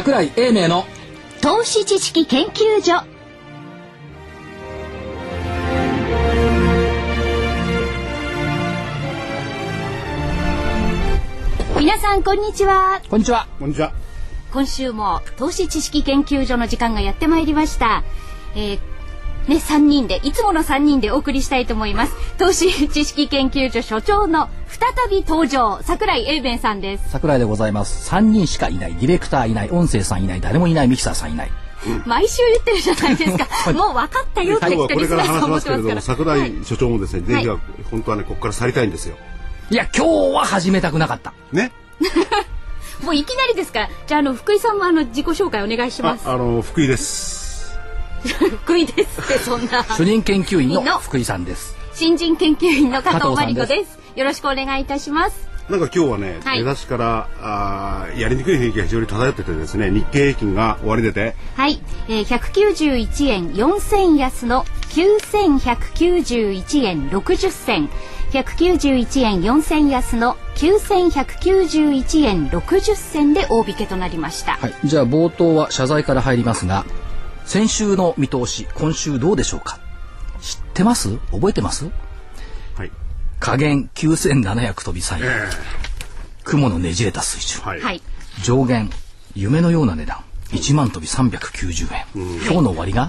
櫻井英明の投資知識研究所。皆さんこんにちは。 こんにちは。 こんにちは。 今週も投資知識研究所の時間がやってまいりました。3人でいつもの3人でお送りしたいと思います。投資知識研究所所長の再び登場、櫻井英明さんです。 櫻井でございます。3人しかいない、ディレクターいない、音声さんいない、誰もいない、ミキサーさんいない、 毎週言ってるじゃないですか。もう分かったよって言ってこれから話しますけれども、 リスナーさん櫻井所長もですね、ぜひは本当はね、ここから去りたいんですよ。 いや今日は始めたくなかったね。 もういきなりですから。じゃあ福井さんも自己紹介お願いします。 福井です。 福井ですってそんな。 主任研究員の福井さんです。 新人研究員の加藤真理子です。よろしくお願いいたします。 なんか今日はね、出だしからやりにくい雰囲気が非常に漂っててですね、日経平均が終値ではい、191円4銭安の9191円60銭、191円4銭安の9191円60銭で大引けとなりました。 はい、じゃあ冒頭は謝罪から入りますが、先週の見通し、今週どうでしょうか。知ってます？覚えてます？ はい。 下限9700飛び3円、雲のねじれた水準、 はい、 上限夢のような値段1万飛び390円、今日の終わりが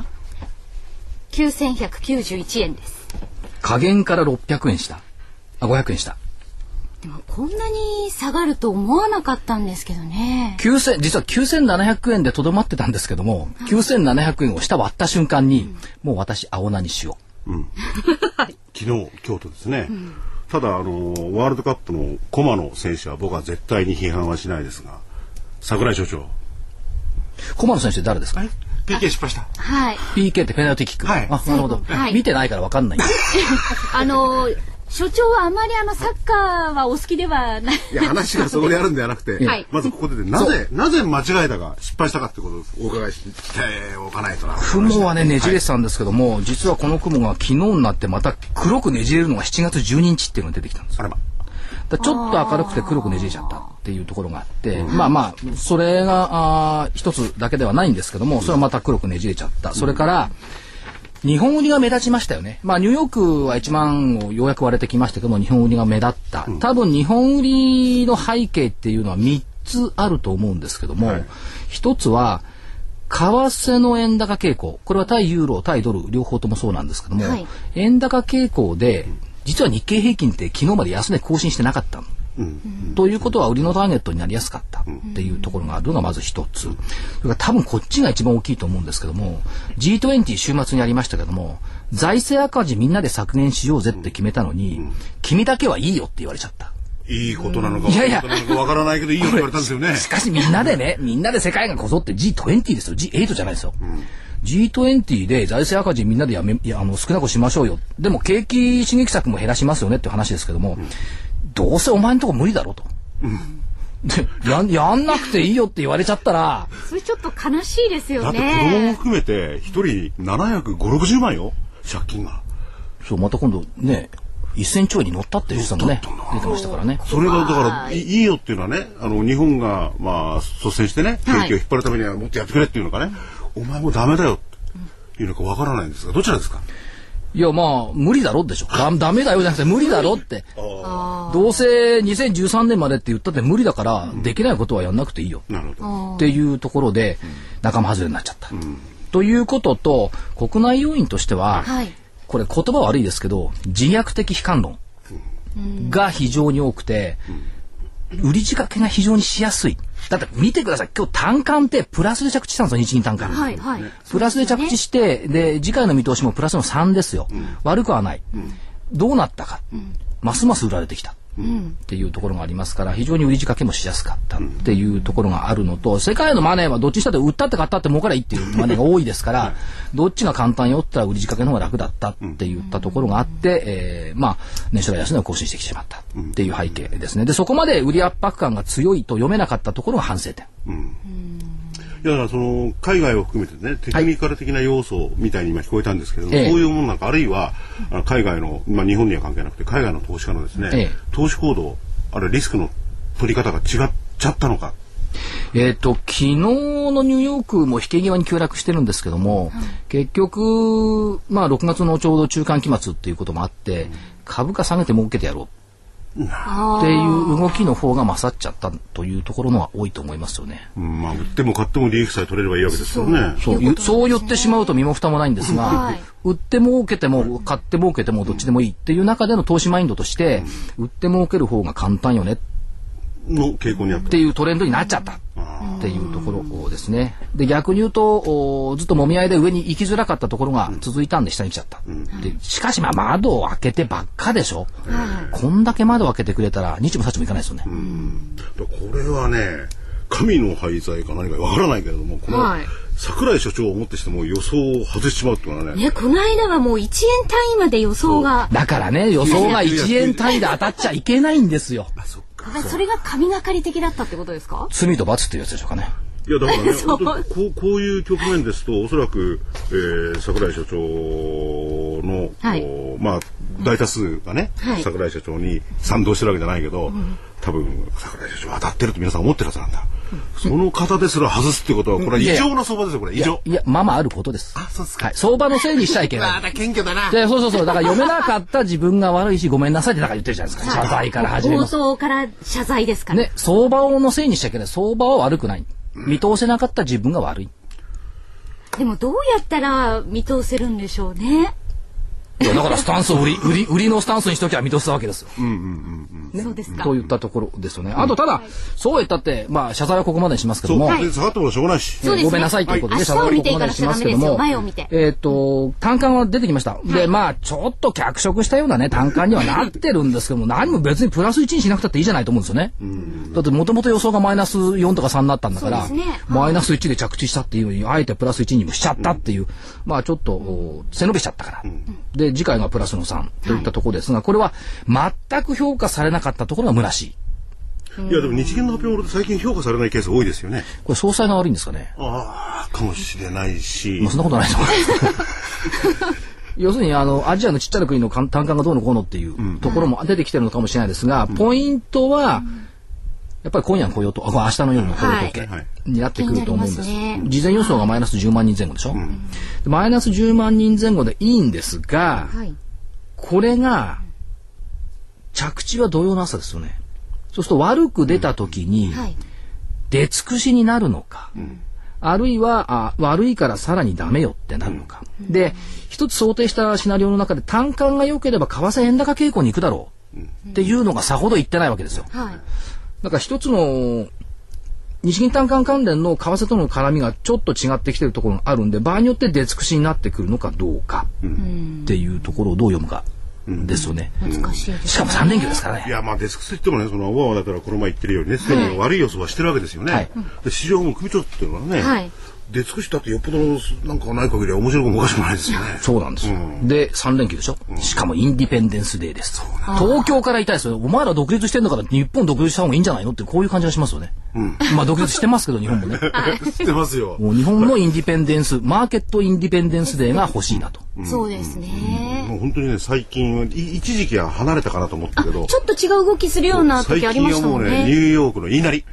9191円です。 下限から600円した500円した。 でもこんなに下がると思わなかったんですけどね。 実は9700円でとどまってたんですけども、9700円を下割った瞬間に、もう私青菜にしよう、 昨日京都ですね、ただワールドカップの駒の選手は僕は絶対に批判はしないですが、櫻井所長、 駒野選手って誰ですか？ PK 失敗した。 はい。 PK ってペナルティーキック。 はい、 あ、なるほど、見てないから分かんない所長はあまりサッカーはお好きではない。 いや、話がそこであるんではなくて、まずここでなぜ間違えたか失敗したかってことをお伺いしておかないとな。 雲はねじれてたんですけども、実はこの雲が昨日になってまた黒くねじれるのが7月12日っていうのが出てきたんですよ。だちょっと明るくて黒くねじれちゃったっていうところがあって、まあそれが一つだけではないんですけども、それはまた黒くねじれちゃった。それから日本売りが目立ちましたよね。ニューヨークは1万をようやく割れてきましたけども、日本売りが目立った。多分日本売りの背景っていうのは3つあると思うんですけども、1つは為替の円高傾向。これは対ユーロ、対ドル両方ともそうなんですけども、円高傾向で実は日経平均って昨日まで安値更新してなかったの。ということは売りのターゲットになりやすかったっていうところがあるのがまず一つ。それから多分こっちが一番大きいと思うんですけども、 G20 週末にありましたけども、財政赤字みんなで削減しようぜって決めたのに、君だけはいいよって言われちゃった。 いいことなのか悪いことなのかわからないけどいいよって言われたんですよね。 しかしみんなでね、みんなで世界がこぞって G20 ですよ。G8 じゃないですよ。G20 で財政赤字みんなで少なくしましょうよ。でも景気刺激策も減らしますよねっていう話ですけども、どうせお前んとこ無理だろうと、でやんなくていいよって言われちゃったらそれちょっと悲しいですよね。 だって子供も含めて一人750-60万よ、借金が。 そう、また今度ね1000兆円に乗ったっていう人もね出てましたからね。 それがだからいいよっていうのはね、日本が率先してね、景気を引っ張るためにはもっとやってくれっていうのかね、お前もダメだよっていうのかわからないんですが、どちらですか？ いや無理だろでしょ。ダメだよじゃなくて無理だろって。どうせ2013年までって言ったって無理だから、できないことはやんなくていいよっていうところで仲間外れになっちゃった、ということと、国内要因としては、これ言葉悪いですけど自虐的悲観論が非常に多くて、売り仕掛けが非常にしやすい。だって見てください、今日単管ってプラスで着地したんですよ、日銀単管、プラスで着地して、で次回の見通しもプラスの3ですよ、悪くはない、どうなったか、ますます売られてきたっていうところがありますから、非常に売り仕掛けもしやすかったっていうところがあるのと、世界のマネーはどっちにしたって売ったって買ったって儲からいいっていうマネーが多いですからどっちが簡単よって言ったら売り仕掛けの方が楽だったって言ったところがあって、年初来安値を更新してきてしまったっていう背景ですね。でそこまで売り圧迫感が強いと読めなかったところが反省点。 いや、その海外を含めてね、テクニカル的な要素みたいに今聞こえたんですけど、こういうものなんか、あるいは海外の、日本には関係なくて海外の投資家のですね、投資行動、あるいはリスクの取り方が違っちゃったのかっ昨日のニューヨークも引け際に急落してるんですけども、結局、6月のちょうど中間期末っていうこともあって、株価下げて儲けてやろうっていう動きの方が勝っちゃったというところのは多いと思いますよね。 売っても買っても利益さえ取れればいいわけですよね。 そう言ってしまうと身も蓋もないんですが、売って儲けても買って儲けてもどっちでもいいっていう中での投資マインドとして、売って儲ける方が簡単よねの傾向にあったっていうトレンドになっちゃったっていうところですね。で、逆に言うとずっともみ合いで上に行きづらかったところが続いたんで下に来ちゃった。で、しかし窓を開けてばっかでしょ。こんだけ窓を開けてくれたら日もさちもいかないですよね。 これはね、神の廃材か何かわからないけれども、この櫻井所長をもってしても予想を外してしまうっていうのはね。 この間はもう1円単位まで予想が。 だからね、予想が1円単位で当たっちゃいけないんですよ。 それが神がかり的だったってことですか？ 罪と罰っていうやつでしょうかね。 いやだからねこういう局面ですとおそらく、櫻井所長の、大多数がね、櫻井所長に賛同してるわけじゃないけど、多分櫻井所長当たってると皆さん思ってるはずなんだ。その方ですら外すってことはこれは異常な相場ですよ。これ異常。 いやあることです。 そうですか。 相場のせいにしちゃいけない。 謙虚だな。 そうだから読めなかった自分が悪いしごめんなさいってだから言ってるじゃないですか。謝罪から始めます。 放送から謝罪ですからね。 相場のせいにしちゃいけない。相場は悪くない。見通せなかった自分が悪い。 でもどうやったら見通せるんでしょうね。 だからスタンスを売りのスタンスにしときゃ見通せたわけですよ。 そうですか。 といったところですよね。あとただそう言ったって謝罪はここまでにしますけども、 下がってもしょうがないし、 ごめんなさいということで謝罪はここまでにしますけども、 前を見て単価は出てきました。でちょっと脚色したようなね単価にはなってるんですけども、何も別にプラス1にしなくたっていいじゃないと思うんですよね。だってもともと予想がマイナス4とか3になったんだから、マイナス1で着地したっていうのにあえてプラス1にもしちゃったっていう、ちょっと背伸びしちゃったから。で次回がプラスの3といったところですが、これは全く評価されなかったところが虚しい。 いやでも日銀の発表も最近評価されないケース多いですよね。 これ総裁が悪いんですかね。 かもしれないし。 そんなことないと思います要するにアジアのちっちゃな国の単価がどうのこうのっていうところも出てきてるのかもしれないですが、ポイントはやっぱり今夜の雇用と明日の夜の雇用統計になってくると思うんです。事前予想がマイナス10万人前後でしょ。マイナス10万人前後でいいんですが、これが着地は土曜の朝ですよね。そうすると悪く出た時に出尽くしになるのか、あるいは悪いからさらにダメよってなるのか、で一つ想定したシナリオの中で単価が良ければ為替円高傾向に行くだろうっていうのがさほど言ってないわけですよ。だから一つの日銀短観関連の為替との絡みがちょっと違ってきてるところがあるんで、場合によって出尽くしになってくるのかどうかっていうところをどう読むかですよね。 難しいですね。 しかも3連休ですからね。 いや出尽くしといってもね、そのだからこの前言ってるようにね、すでに悪い予想はしてるわけですよね。で市場も組長っていうのはね、出尽くしたってよっぽどなんかない限りは面白くもおかしくないですよね。 そうなんですよ。で3連休でしょ。しかもインディペンデンスデーです。東京からいたいですよ。お前ら独立してんだから日本独立した方がいいんじゃないのってこういう感じがしますよね。独立してますけど日本もね。 してますよ。 もう日本のインディペンデンスマーケットインディペンデンスデーが欲しいなと。 そうですね。 もう本当にね最近一時期は離れたかなと思ったけど、 ちょっと違う動きするような時ありましたもんね。 最近はもうねニューヨークの言いなり。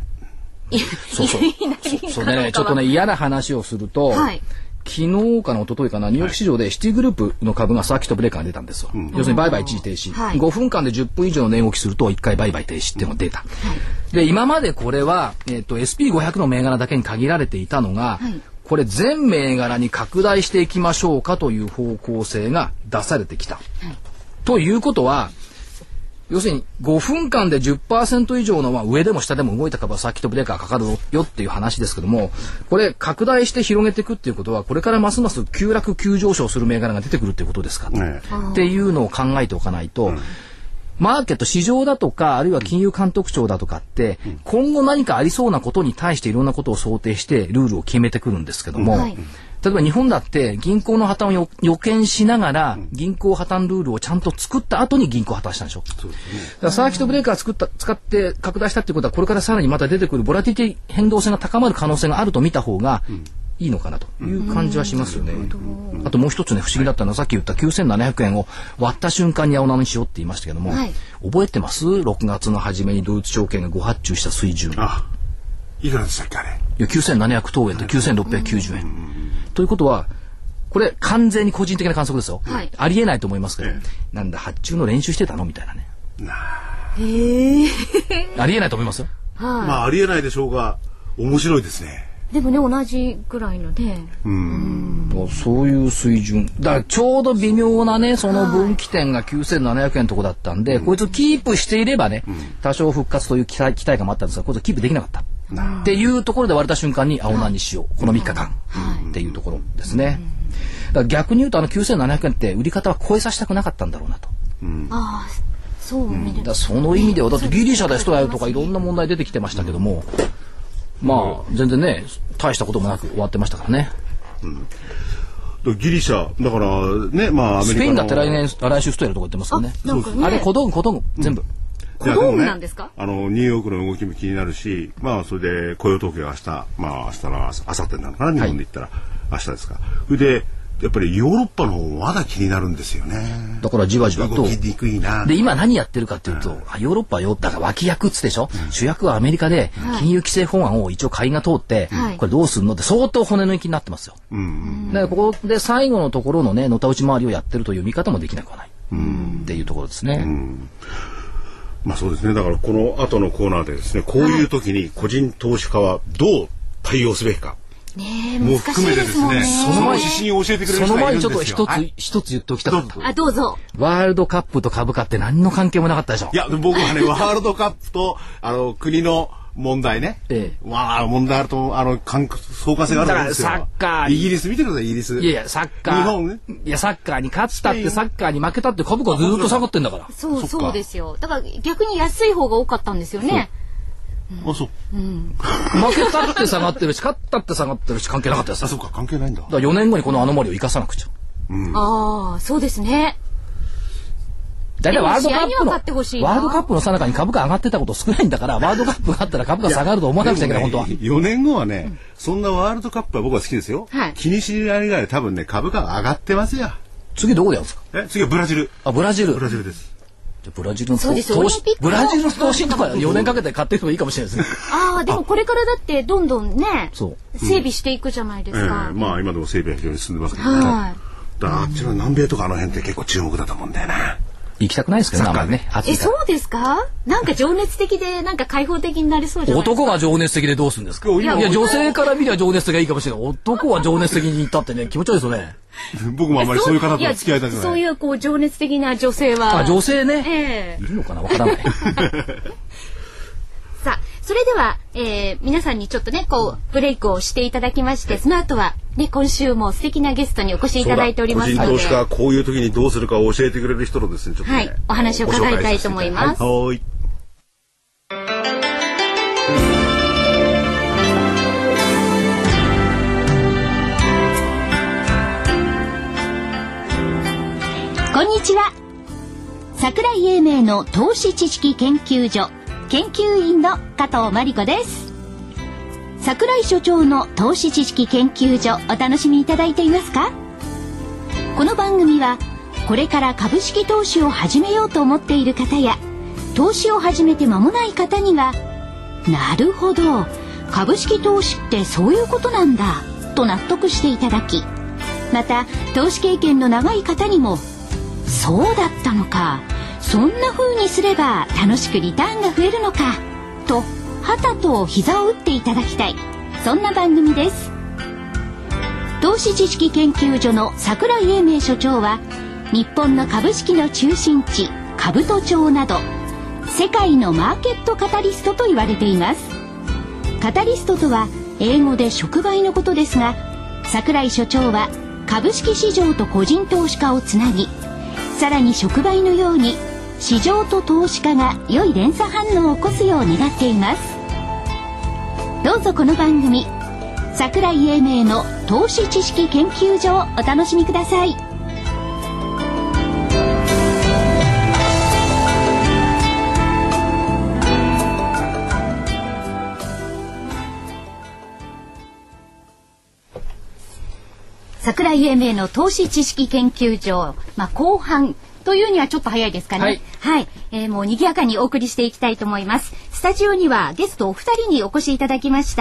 そうね、ちょっとね嫌な話をすると、昨日かな一昨日かなニューヨーク市場でシティグループの株がサーキットブレーカーが出たんですよ。要するに売買一時停止、5分間で10分以上の値動きすると1回売買停止っていうのが出た。で今までこれは、SP500 の銘柄だけに限られていたのが、これ全銘柄に拡大していきましょうかという方向性が出されてきた。ということは要するに5分間で 10% 以上の上でも下でも動いた株はサーキットブレーカーかかるよっていう話ですけども、これ拡大して広げていくっていうことはこれからますます急落急上昇する銘柄が出てくるっていうことですか、っていうのを考えておかないと、マーケット市場だとかあるいは金融監督庁だとかって今後何かありそうなことに対していろんなことを想定してルールを決めてくるんですけども、例えば日本だって銀行の破綻を予見しながら銀行破綻ルールをちゃんと作った後に銀行破綻したんでしょ。だからサーキットブレーカー使って拡大したってことはこれからさらにまた出てくるボラティティ変動性が高まる可能性があると見た方がいいのかなという感じはしますよね。あともう一つね不思議だったのはさっき言った9700円を割った瞬間に青菜にしようって言いましたけども、覚えてます？6月の初めにドイツ証券がご発注した水準。 いくらでしたっけあれ。 いや9700等円と9690円。ということはこれ完全に個人的な観測ですよ。ありえないと思いますけど、なんだ発注の練習してたのみたいなね。ありえないと思いますよ。 まあありえないでしょうが面白いですね。 でもね同じぐらいので、 そういう水準だからちょうど微妙なねその分岐点が9700円のとこだったんで、こいつをキープしていればね、多少復活という期待感もあったんですが、こいつをキープできなかったっていうところで割れた瞬間に青何にしようこの3日間っていうところですね。だから逆に言うと9700円って売り方は超えさせたくなかったんだろうなと。 そう見る。 だその意味ではだってギリシャで人やるとかいろんな問題出てきてましたけども、まあ全然ね大したこともなく終わってましたからね。 ギリシャだからね、まあアメリカのスペインだって来週ストやるとか言ってますからね。あれ小道具全部。 小道具なんですか？ ニューヨークの動きも気になるし、まあそれで雇用統計が明日の明後日なのかな、日本で言ったら明日ですか。それでやっぱりヨーロッパの方もまだ気になるんですよね。 だからじわじわと動きにくいな。 で今何やってるかっていうと、ヨーロッパはだから脇役っつってでしょ、主役はアメリカで金融規制法案を一応会が通って、これどうするのって相当骨抜きになってますよ。だからここで最後のところのねのたうち回りをやってるという見方もできなくはないっていうところですね。 まあそうですね。だからこの後のコーナーでですね、こういう時に個人投資家はどう対応すべきか。もう含めてですね、その指針を教えてくれる人がいるんですよ。 その前にちょっと一つ言っておきたかった。 どうぞ。 ワールドカップと株価って何の関係もなかったでしょ。 いや僕はねワールドカップと国の問題ね。問題あると相関性があるんですよ。 だからサッカーイギリス見てくださいイギリス。 いやサッカー。 日本ね。 いやサッカーに勝ったってサッカーに負けたって株価ずっと下がってんだから。 そうですよ。だから逆に安い方が多かったんですよね。 そう。 負けたって下がってるし勝ったって下がってるし関係なかったです。 そうか関係ないんだ。 だから4年後にこのアノマリを生かさなくちゃ。そうですね。 だいたいワールドカップの最中に株価上がってたこと少ないんだから、ワールドカップがあったら株価下がると思わなくちゃいけない、本当は。 4年後はね、そんなワールドカップは僕は好きですよ。気にしないぐらい多分ね株価が上がってますよ。 次どこでやるんですか？ 次はブラジル。 ブラジルです。 ブラジルの投資とか4年かけて買っていくのもいいかもしれないですね。 でもこれからだってどんどんね整備していくじゃないですか。 まあ今でも整備は非常に進んでますけどね。だからあっちの南米とかあの辺って結構注目だと思うんだよな。 行きたくないですけどね、あんまりね。 そうですか？なんか情熱的でなんか開放的になりそうじゃないですか。 男が情熱的でどうするんですか？いや女性から見りゃ情熱的がいいかもしれない。男は情熱的に行ったってね気持ち悪いですよね。 僕もあんまりそういう方と付き合いたくない。 そういう情熱的な女性は。 女性ね。いるのかなわからない。 さあそれでは、皆さんにちょっとねブレイクをしていただきまして、その後はね今週も素敵なゲストにお越しいただいておりますので、 個人投資家こういう時にどうするかを教えてくれる人のですねちょっとね、 お話を伺いたいと思います。 はい。 こんにちは。桜井英明の投資知識研究所研究員の加藤真理子です。桜井所長の投資知識研究所お楽しみいただいていますか？この番組はこれから株式投資を始めようと思っている方や投資を始めて間もない方にはなるほど株式投資ってそういうことなんだと納得していただき、また投資経験の長い方にもそうだったのか、そんな風にすれば楽しくリターンが増えるのかとはたと膝を打っていただきたい、そんな番組です。投資知識研究所の桜井英明所長は日本の株式の中心地兜町など世界のマーケットカタリストと言われています。カタリストとは英語で触媒のことですが、桜井所長は株式市場と個人投資家をつなぎ、さらに触媒のように市場と投資家が良い連鎖反応を起こすよう願っています。どうぞこの番組桜井英明の投資知識研究所をお楽しみください。桜井英明の投資知識研究所、後半というにはちょっと早いですかね。はい、もう賑やかにお送りしていきたいと思います。スタジオにはゲストお二人にお越しいただきました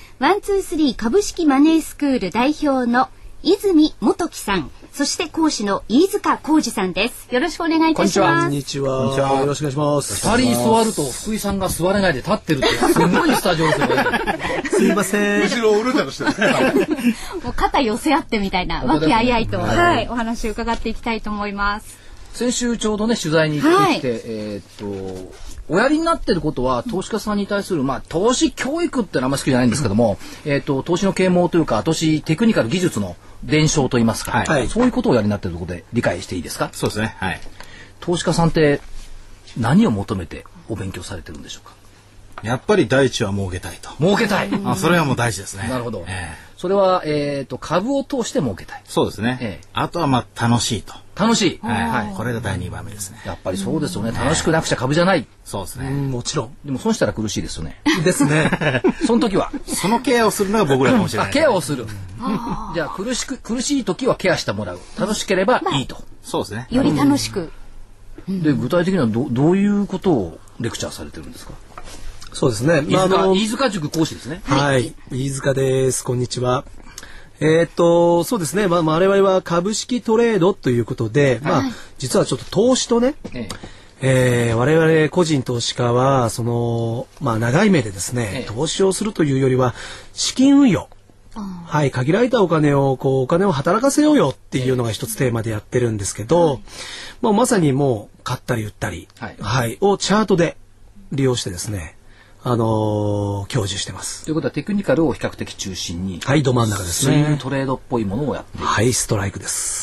。123株式マネースクール代表の泉元樹さん、そして講師の飯塚浩二さんです。よろしくお願いいたします。 こんにちは。よろしくお願いします。 2人座ると福井さんが座れないで立ってるってすごいスタジオですよね。 すいません。 後ろをうるたとしてもう肩寄せ合ってみたいな和気あいあいと、はい、お話を伺っていきたいと思います。 先週ちょうどね取材に行ってきて、おやりになってることは投資家さんに対する、投資教育ってのはあんまり好きじゃないんですけども、投資の啓蒙というか投資テクニカル技術の伝承といいますか、そういうことをおやりになっているところで理解していいですか？ そうですね。はい。 投資家さんって何を求めてお勉強されてるんでしょうか？ やっぱり第一は儲けたいと。 儲けたい。 それはもう大事ですね。 なるほど。それは、株を通して儲けたい。 そうですね。あとは楽しいと。 楽しい。 はい。これが第2番目ですね。 やっぱりそうですよね。楽しくなくちゃ株じゃない。 そうですね。 もちろん。 でも損したら苦しいですよね。 ですね。 その時は。 そのケアをするのが僕らかもしれない。 ケアをする。じゃあ苦しい時はケアしてもらう。楽しければいいと。 そうですね。 より楽しく。 で具体的にはどういうことをレクチャーされてるんですか？ そうですね。 飯塚塾講師ですね。 はい。飯塚です。こんにちは。そうですね。我々は株式トレードということで、実はちょっと投資とね、我々個人投資家は長い目でですね、投資をするというよりは資金運用。はい、限られたお金を働かせようよっていうのが一つテーマでやってるんですけど、まさにもう買ったり売ったり、をチャートで利用してですね、享受してます。 ということはテクニカルを比較的中心に、 はい、ど真ん中ですね。 スイングトレードっぽいものをやっている。 はい、ストライクです。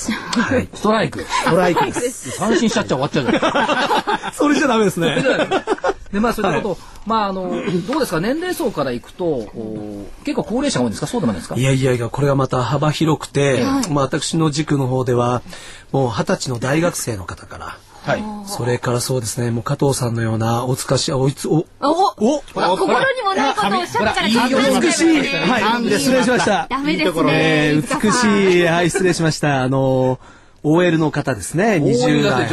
はい、 ストライクです。三振しちゃ終わっちゃうじゃない。 それじゃダメですね。 でそういうこと、どうですか、年齢層からいくと結構高齢者が多いんですか？そうでもないですか？ いやこれがまた幅広くて、私の軸の方ではもう20歳の大学生の方から、それからそうですね、もう加藤さんのような心にもないことをおっしゃったから美しい、はい、失礼しました。 ダメですね。 美しい、はい、失礼しました。OL の方ですね、20代。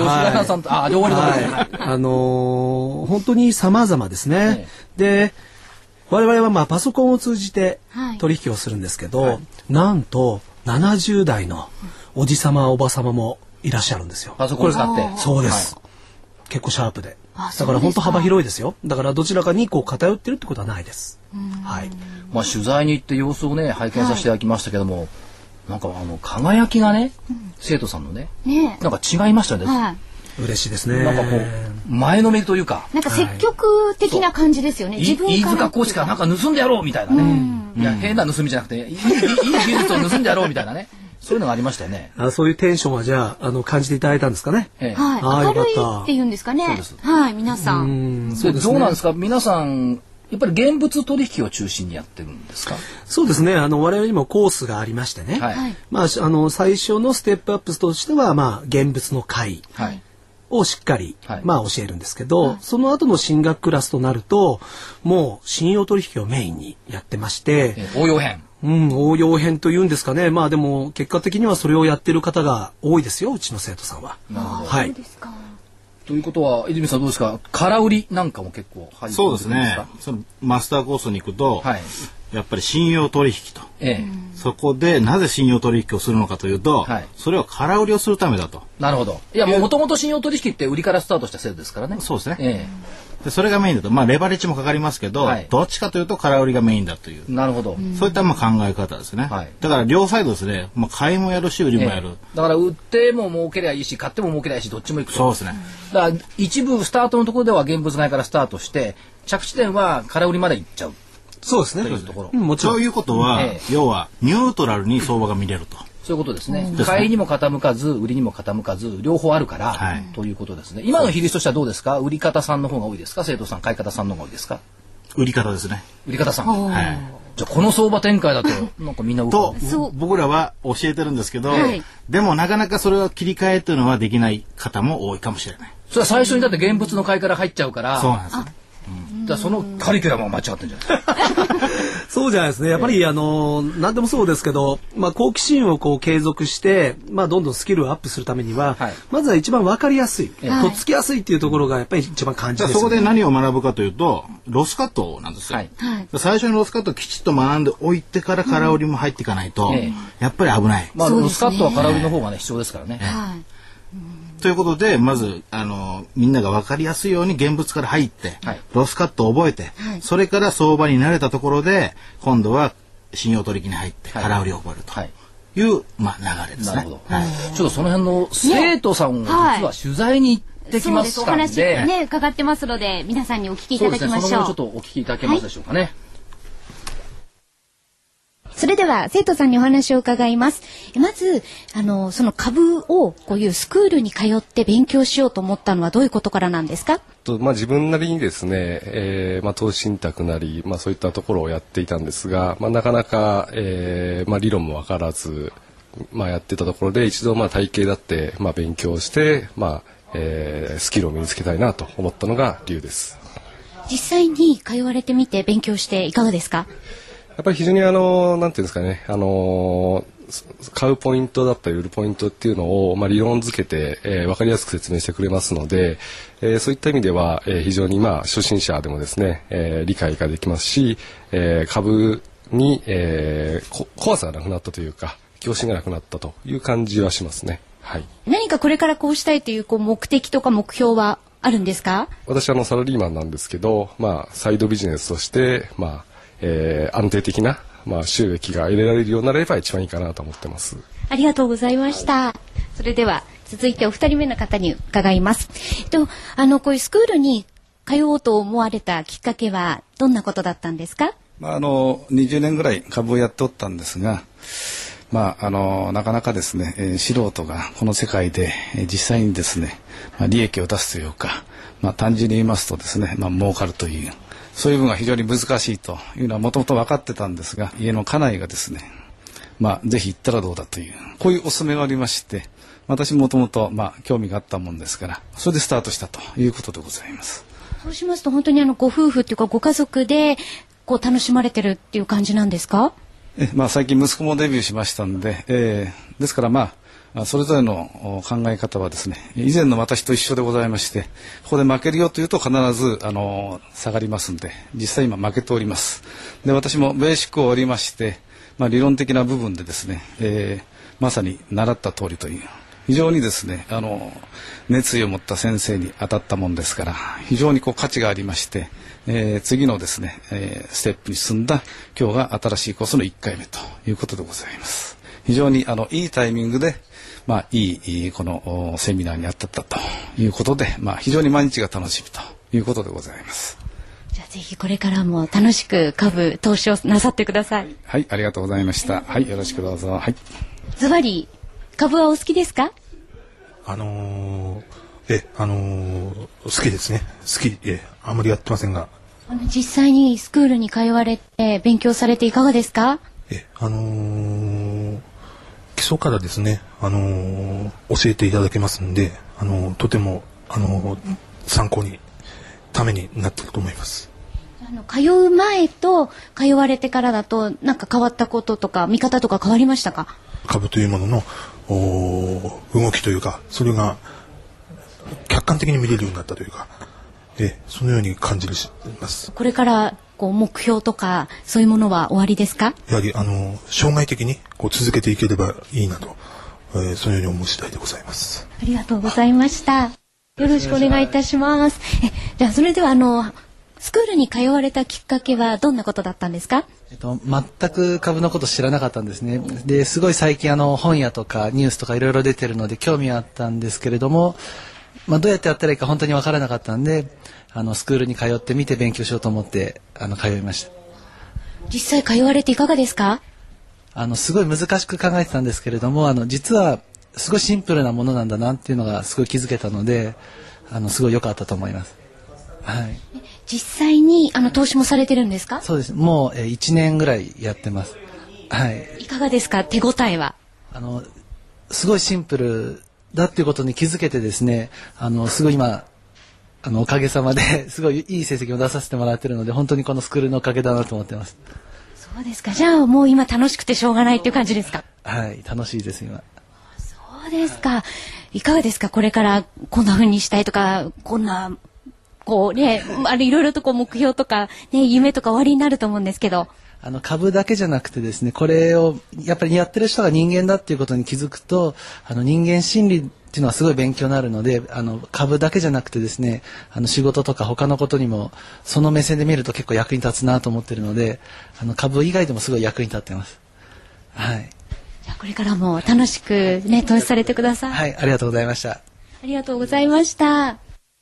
本当に様々ですね。で、我々はパソコンを通じて取引をするんですけど、なんと70代のおじさまおばさまもいらっしゃるんですよ。 パソコンを使って。 そうです。結構シャープで。だから本当幅広いですよ。だからどちらかに偏ってるってことはないです。はい。 取材に行って様子をね拝見させていただきましたけども、なんか輝きがね、生徒さんのね、なんか違いましたね。 嬉しいですね。 なんかこう前のめりというか、 なんか積極的な感じですよね。 飯塚コーチからなんか盗んでやろうみたいなね。いや変な盗みじゃなくていい技術を盗んでやろうみたいなね。そういうのがありましたよね。 そういうテンションはじゃあ感じていただいたんですかね。 はい。明るいっていうんですかね。はい、皆さん。 どうなんですか、皆さん。やっぱり現物取引を中心にやってるんですか？ そうですね。我々にもコースがありましてね。最初のステップアップとしては現物の買いをしっかり教えるんですけど、その後の進学クラスとなるともう信用取引をメインにやってまして、 応用編。 応用編というんですかね。でも結果的にはそれをやってる方が多いですよ、うちの生徒さんは。 はい。 ということは泉さんどうですか？空売りなんかも結構入ってるんですか？ そうですね。そのマスターコースに行くと、やっぱり信用取引と、そこでなぜ信用取引をするのかというと、それは空売りをするためだと。 なるほど。いやもともと信用取引って売りからスタートした制度ですからね。 そうですね。でそれがメインだと、レバレッジもかかりますけど、どっちかというと空売りがメインだという。 なるほど。 そういった考え方ですね。だから両サイドですね。買いもやるし売りもやる。 だから売っても儲けりゃいいし買っても儲けりゃいいしどっちもいくと。 そうですね。 だから一部スタートのところでは現物買いからスタートして着地点は空売りまで行っちゃう。 そうですね。 というところ。 もちろん。 そういうことは、要はニュートラルに相場が見れると。 そういうことですね。買いにも傾かず売りにも傾かず両方あるから、ということですね。今の比率としてはどうですか？売り方さんの方が多いですか？生徒さん買い方さんの方が多いですか？ 売り方ですね。 売り方さん。じゃあこの相場展開だとなんかみんなと僕らは教えてるんですけど、でもなかなかそれを切り替えというのはできない方も多いかもしれない。 それは最初にだって現物の買いから入っちゃうから。 そうなんですよ。 だそのカリキュラムは間違ってるんじゃないですか。 そうじゃないですね。やっぱり何でもそうですけど、好奇心を継続して、どんどんスキルをアップするためには、まずは一番分かりやすい、とっつきやすいっていうところがやっぱり一番肝心ですよね。 そこで何を学ぶかというと、ロスカットなんですよ。最初にロスカットをきちっと学んでおいてから空売りも入っていかないと、やっぱり危ない。 ロスカットは空売りの方がね、必要ですからね。 ということで、まずみんなが分かりやすいように現物から入って、ロスカットを覚えて、それから相場に慣れたところで今度は信用取引に入って空売りを覚えるという、流れですね。 なるほど。ちょっとその辺の生徒さんを実は取材に行ってきましたんで、 お話ね伺ってますので、皆さんにお聞きいただきましょう。 その後ちょっとお聞きいただけますでしょうかね。 それでは生徒さんにお話を伺います。まずその株をこういうスクールに通って勉強しようと思ったのはどういうことからなんですか？ 自分なりにですね、投資信託なり、そういったところをやっていたんですが、なかなか、理論もわからず、やってたところで一度体系だって、勉強して、スキルを身につけたいなと思ったのが理由です。 実際に通われてみて勉強していかがですか？ やっぱり非常になんていうんですかね、買うポイントだったり売るポイントっていうのを、理論付けて、分かりやすく説明してくれますので、そういった意味では、非常に初心者でもですね、理解ができますし、株に、怖さがなくなったというか恐心がなくなったという感じはしますね。 何かこれからこうしたいという目的とか目標はあるんですか？ 私サラリーマンなんですけど、サイドビジネスとして、安定的な、収益が得られるようになれば一番いいかなと思ってます。 ありがとうございました。それでは続いてお二人目の方に伺います。こういうスクールに通おうと思われたきっかけはどんなことだったんですか ？20年ぐらい株をやっておったんですが、なかなかですね、素人がこの世界で、実際にですね、利益を出すというか、単純に言いますとですね、儲かるというそういう部分が非常に難しいというのはもともと分かってたんですが、家の家内がですね、ぜひ行ったらどうだというこういうお勧めがありまして、私もともと興味があったもんですから、それでスタートしたということでございます。 そうしますと本当にご夫婦っていうかご家族で楽しまれてるっていう感じなんですか？ 最近息子もデビューしましたんで、ですからそれぞれの考え方はですね、以前の私と一緒でございまして、ここで負けるよというと必ず下がりますんで、実際今負けております。で、私もベーシックを終わりまして、理論的な部分でですね、まさに習った通りという非常にですね熱意を持った先生に当たったもんですから、非常に価値がありまして、次のですね、ステップに進んだ今日が新しいコースの1回目ということでございます。非常にいいタイミングでいいこのセミナーに当たったということで、非常に毎日が楽しみということでございます。 じゃあぜひこれからも楽しく株投資をなさってください。 はい、ありがとうございました。はい、よろしくどうぞ。はい。 ズバリ株はお好きですか？ 好きですね。好き、あんまりやってませんが。 実際にスクールに通われて勉強されていかがですか？ 基礎からですね、教えていただけますんで、とても参考にためになっていると思います。 通う前と通われてからだと何か変わったこととか見方とか変わりましたか？ 株というものの動きというか、それが客観的に見れるようになったというか、そのように感じます。 これから目標とかそういうものは終わりですか？ やはり生涯的に続けていければいいなと、そのように思う次第でございます。 ありがとうございました。よろしくお願いいたします。じゃあそれではスクールに通われたきっかけはどんなことだったんですか？ 全く株のこと知らなかったんですね。ですごい最近本屋とかニュースとかいろいろ出てるので興味はあったんですけれども、どうやってやったらいいか本当に分からなかったんで、スクールに通ってみて勉強しようと思って通いました。 実際通われていかがですか？ すごい難しく考えてたんですけれども、実はすごいシンプルなものなんだなっていうのがすごい気づけたので、すごい良かったと思います。はい。 実際に投資もされてるんですか？ そうです。もう1年ぐらいやってます。はい。 いかがですか？手応えは？ すごいシンプルだっていうことに気づけてですね、すごい今おかげさまですごいいい成績を出させてもらってるので、本当にこのスクールのおかげだなと思ってます。 そうですか。じゃあもう今楽しくてしょうがないっていう感じですか？ はい、楽しいです今。 そうですか。いかがですか？これからこんな風にしたいとか、こんなこうね、いろいろとこう目標とかね、夢とかおありになると思うんですけど。 株だけじゃなくてですね、これをやっぱりやってる人が人間だっていうことに気づくと、人間心理っていうのはすごい勉強になるので、株だけじゃなくてですね、仕事とか他のことにもその目線で見ると結構役に立つなと思ってるので、株以外でもすごい役に立ってます。はい。 じゃあこれからも楽しくね、投資されてください。 はい、ありがとうございました。 ありがとうございました。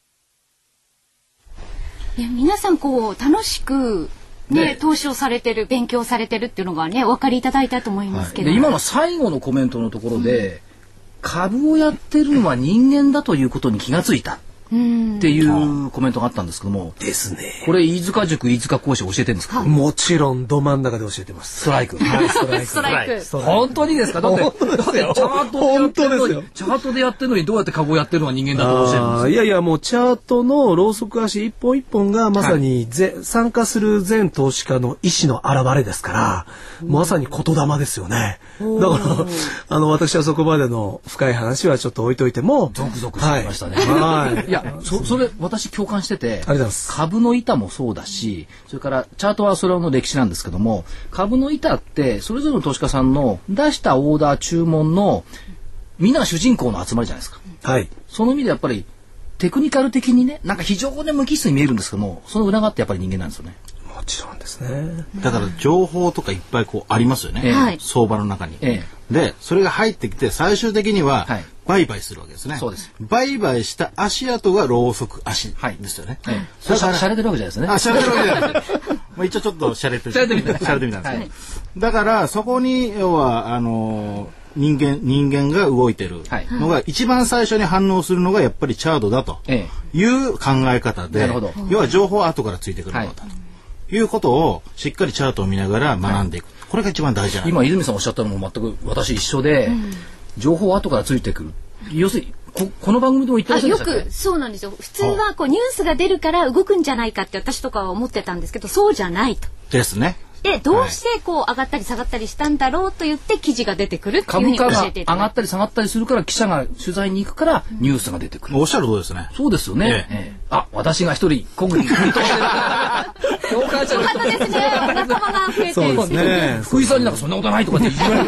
皆さんこう楽しくね、投資をされてる、勉強されてるっていうのがね、お分かりいただいたと思いますけど、 で今の最後のコメントのところで、株をやってるのは人間だということに気がついたっていうコメントがあったんですけども、 ですね。 これ飯塚塾飯塚講師教えてるんですか？ もちろんど真ん中で教えてます。 ストライク。 はい、 ストライク。 本当にですか？だってチャートでやってるのにどうやって株をやってるのが人間だと教えるんですか？ いやいや、もうチャートのローソク足一本一本がまさに参加する全投資家の意思の表れですから、まさに言霊ですよね。だから私はそこまでの深い話はちょっと置いといても、 ゾクゾクしてきましたね。 はい。 いや、それ私共感してて、 ありがとうございます。 株の板もそうだし、それからチャートはそれの歴史なんですけども、株の板ってそれぞれの投資家さんの出したオーダー注文のみんなが主人公の集まりじゃないですか。 はい。 その意味でやっぱりテクニカル的にね、なんか非常に無機質に見えるんですけども、その裏側ってやっぱり人間なんですよね。 もちろんですね。 だから情報とかいっぱいこうありますよね、相場の中に、でそれが入ってきて最終的には売買するわけですね。 そうです。 売買した足跡がローソク足ですよね。 それしゃれてるわけじゃないですね。 しゃれてるわけじゃないです。まあ一応ちょっとしゃれてる。しゃれてみたんです。だからそこに要は人間が動いてるのが一番最初に反応するのがやっぱりチャートだという考え方で、要は情報は後からついてくるものだということをしっかりチャートを見ながら学んでいく、これが一番大事な。 今泉さんおっしゃったのも全く私一緒で、情報は後からついてくる、要するにこの番組でも言ってませんでしたっけ？ よくそうなんですよ。普通はこうニュースが出るから動くんじゃないかって私とかは思ってたんですけど、そうじゃないと。 ですね。 でどうしてこう上がったり下がったりしたんだろうと言って記事が出てくるっていうふうに教えていただいて、 株価が上がったり下がったりするから記者が取材に行くからニュースが出てくる。 おっしゃる通りですね。 そうですよね。私が一人コグに共感者の方ですね。お仲間が増えて。 そうですね。 福井さんになんかそんなことないとかって言う。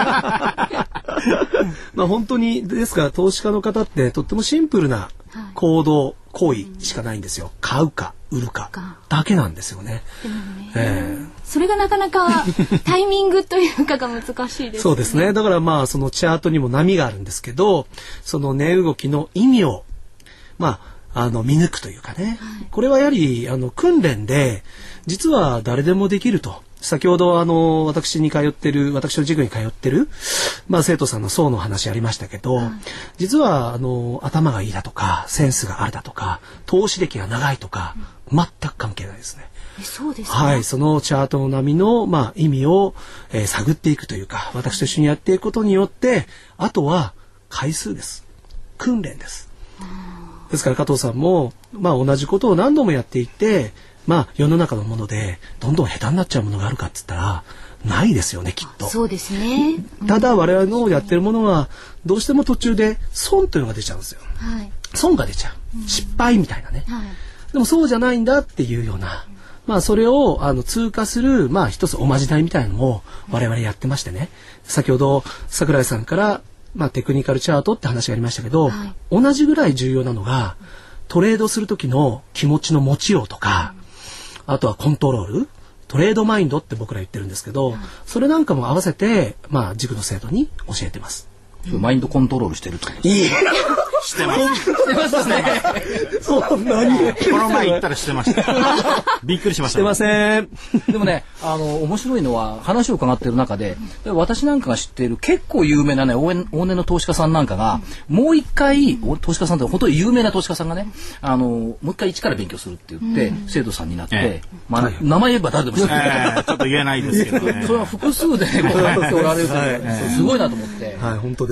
まあ本当にですから投資家の方ってとってもシンプルな行動行為しかないんですよ。買うか売るかだけなんですよね。 それがなかなかタイミングというかが難しいですね。 そうですね。だからまあそのチャートにも波があるんですけど、その値動きの意味を見抜くというかね、これはやはり訓練で実は誰でもできると。先ほど私の塾に通ってる生徒さんの層の話ありましたけど、実は頭がいいだとかセンスがあるだとか投資歴が長いとか全く関係ないですね。 そうですか。 はい、そのチャートの波の意味を探っていくというか、私と一緒にやっていくことによって、あとは回数です。訓練です。ですから加藤さんも同じことを何度もやっていって世の中のものでどんどん下手になっちゃうものがあるかって言ったらないですよね、きっと。 そうですね。 ただ我々のやってるものはどうしても途中で損というのが出ちゃうんですよ。損が出ちゃう、失敗みたいなね、でもそうじゃないんだっていうような、それを通過する一つおまじないみたいなのも我々やってましてね、先ほど櫻井さんからテクニカルチャートって話がありましたけど、同じぐらい重要なのがトレードする時の気持ちの持ちようとか、あとはコントロール、トレードマインドって僕ら言ってるんですけど、それなんかも合わせて塾の生徒に教えてます。 マインドコントロールしてるってことですか？ してますね。 そんなにこの前言ったらしてました。びっくりしました。 してません。 でもね、面白いのは話を伺っている中で、私なんかが知っている結構有名なね、往年の投資家さんなんかが、もう一回、投資家さんって本当に有名な投資家さんがね、もう一回一から勉強するって言って、生徒さんになって、名前言えば誰でも知ってる。 ちょっと言えないですけどね。 それは複数でこうやっておられると、すごいなと思って。 はい、本当です。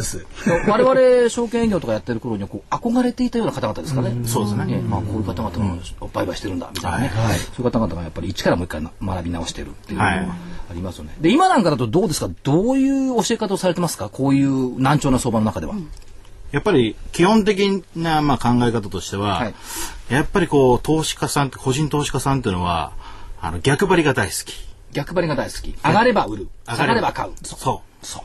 です。 我々証券営業とかやってる頃にはこう憧れていたような方々ですかね。 そうですね。 まあこういう方々も売買してるんだみたいなね。そういう方々がやっぱり一からもう一回学び直してるっていうのがありますよね。で今なんかだとどうですか。どういう教え方をされてますか。こういう難聴な相場の中では。 やっぱり基本的なまあ考え方としては、やっぱりこう投資家さん個人投資家さんっていうのは逆張りが大好き。 逆張りが大好き。上がれば売る。下がれば買う。 そう。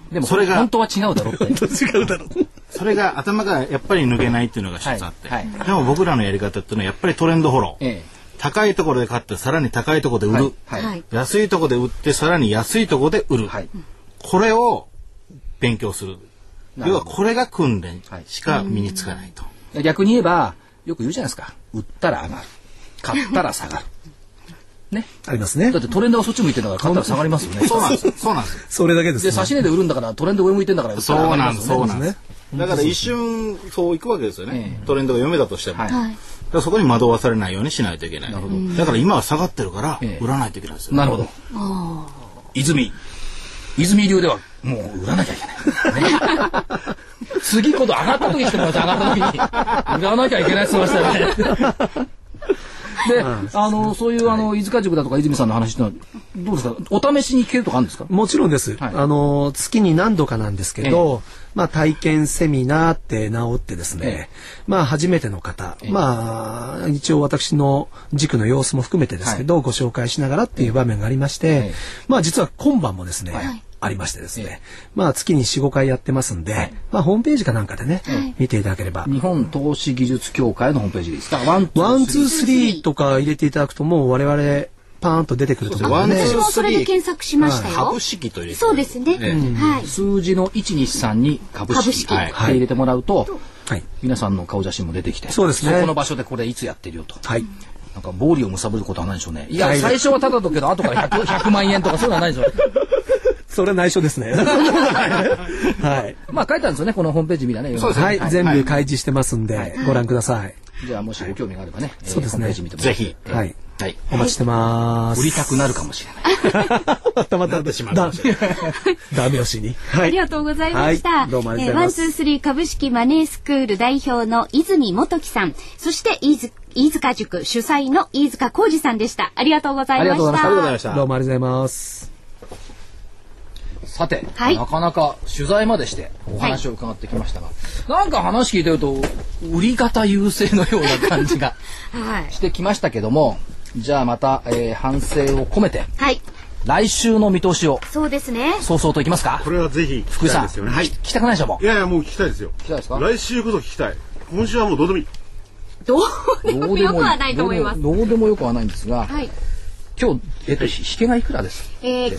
でもそれが本当は違うだろうって。 違うだろう。 それが頭がやっぱり抜けないっていうのが一つあって。でも僕らのやり方っていうのはやっぱりトレンドフォロー。高いところで買ってさらに高いところで売る。安いところで売ってさらに安いところで売る。これを勉強する。要はこれが訓練しか身につかないと。 逆に言えばよく言うじゃないですか。売ったら上がる。買ったら下がる。ね、 ありますね。 だってトレンドがそっち向いてるんだから買ったら下がりますよね。 そうなんです。 それだけです。 で差し値で売るんだからトレンド上向いてるんだからそうなんですね。だから一瞬そういくわけですよね。トレンドが読めたとしても。だからそこに惑わされないようにしないといけない。だから今は下がってるから売らないといけないですよ。 なるほど。泉流ではもう売らなきゃいけない。次今度上がった時してもらって上がった時に売らなきゃいけないって言ってましたよね。で、そういう飯塚塾だとか泉さんの話ってのはどうですか。お試しに聞けるとかあるんですか。 もちろんです。月に何度かなんですけど、まあ体験セミナーって名乗ってですね、まあ初めての方、まあ一応私の塾の様子も含めてですけど、ご紹介しながらっていう場面がありまして、まあ実は今晩もですね、ありましてですね、まあ月に 4,5 回やってますんで、まあホームページかなんかでね、見ていただければ。 日本投資技術協会のホームページですか。 ワン、ツー、スリーとか入れていただくともう我々パーンと出てくると思うので、 私もそれで検索しましたよ。 株式と入れて。 そうですね。 数字の123に株式って入れてもらうと、皆さんの顔写真も出てきて、 そうですね。 そこの場所でこれいつやってるよと。なんか暴利を貪ることはないでしょうね。いや最初はただだけど後から100万円とかそういうのはないでしょう。 それは内緒ですね。はい。 まあ書いてあるんですよね、このホームページ見たね。 はい、全部開示してますんで、ご覧ください。 じゃあもしご興味があればね、 そうですね。 ぜひ。 はい。お待ちしてます。 売りたくなるかもしれない。 またダメ押しに。 ありがとうございました。 どうもありがとうございます。 ワンツースリー株式マネースクール代表の泉元樹さん、そして飯塚塾主催の飯塚浩二さんでした。ありがとうございました。 ありがとうございました。 どうもありがとうございます。 さて、なかなか取材までしてお話を伺ってきましたが、なんか話聞いてると売り方優勢のような感じがしてきましたけども、じゃあまた、反省を込めて、来週の見通しをそうですね。 早々といきますか。 これはぜひ福井さん、聞きたくないでしょもう。 いやもう聞きたいですよ。 聞きたいですか。 来週こそ聞きたい。今週はもうどうでもいい。 どうでもよくはないと思います。 どうでもよくはないんですが、今日引けがいくらです。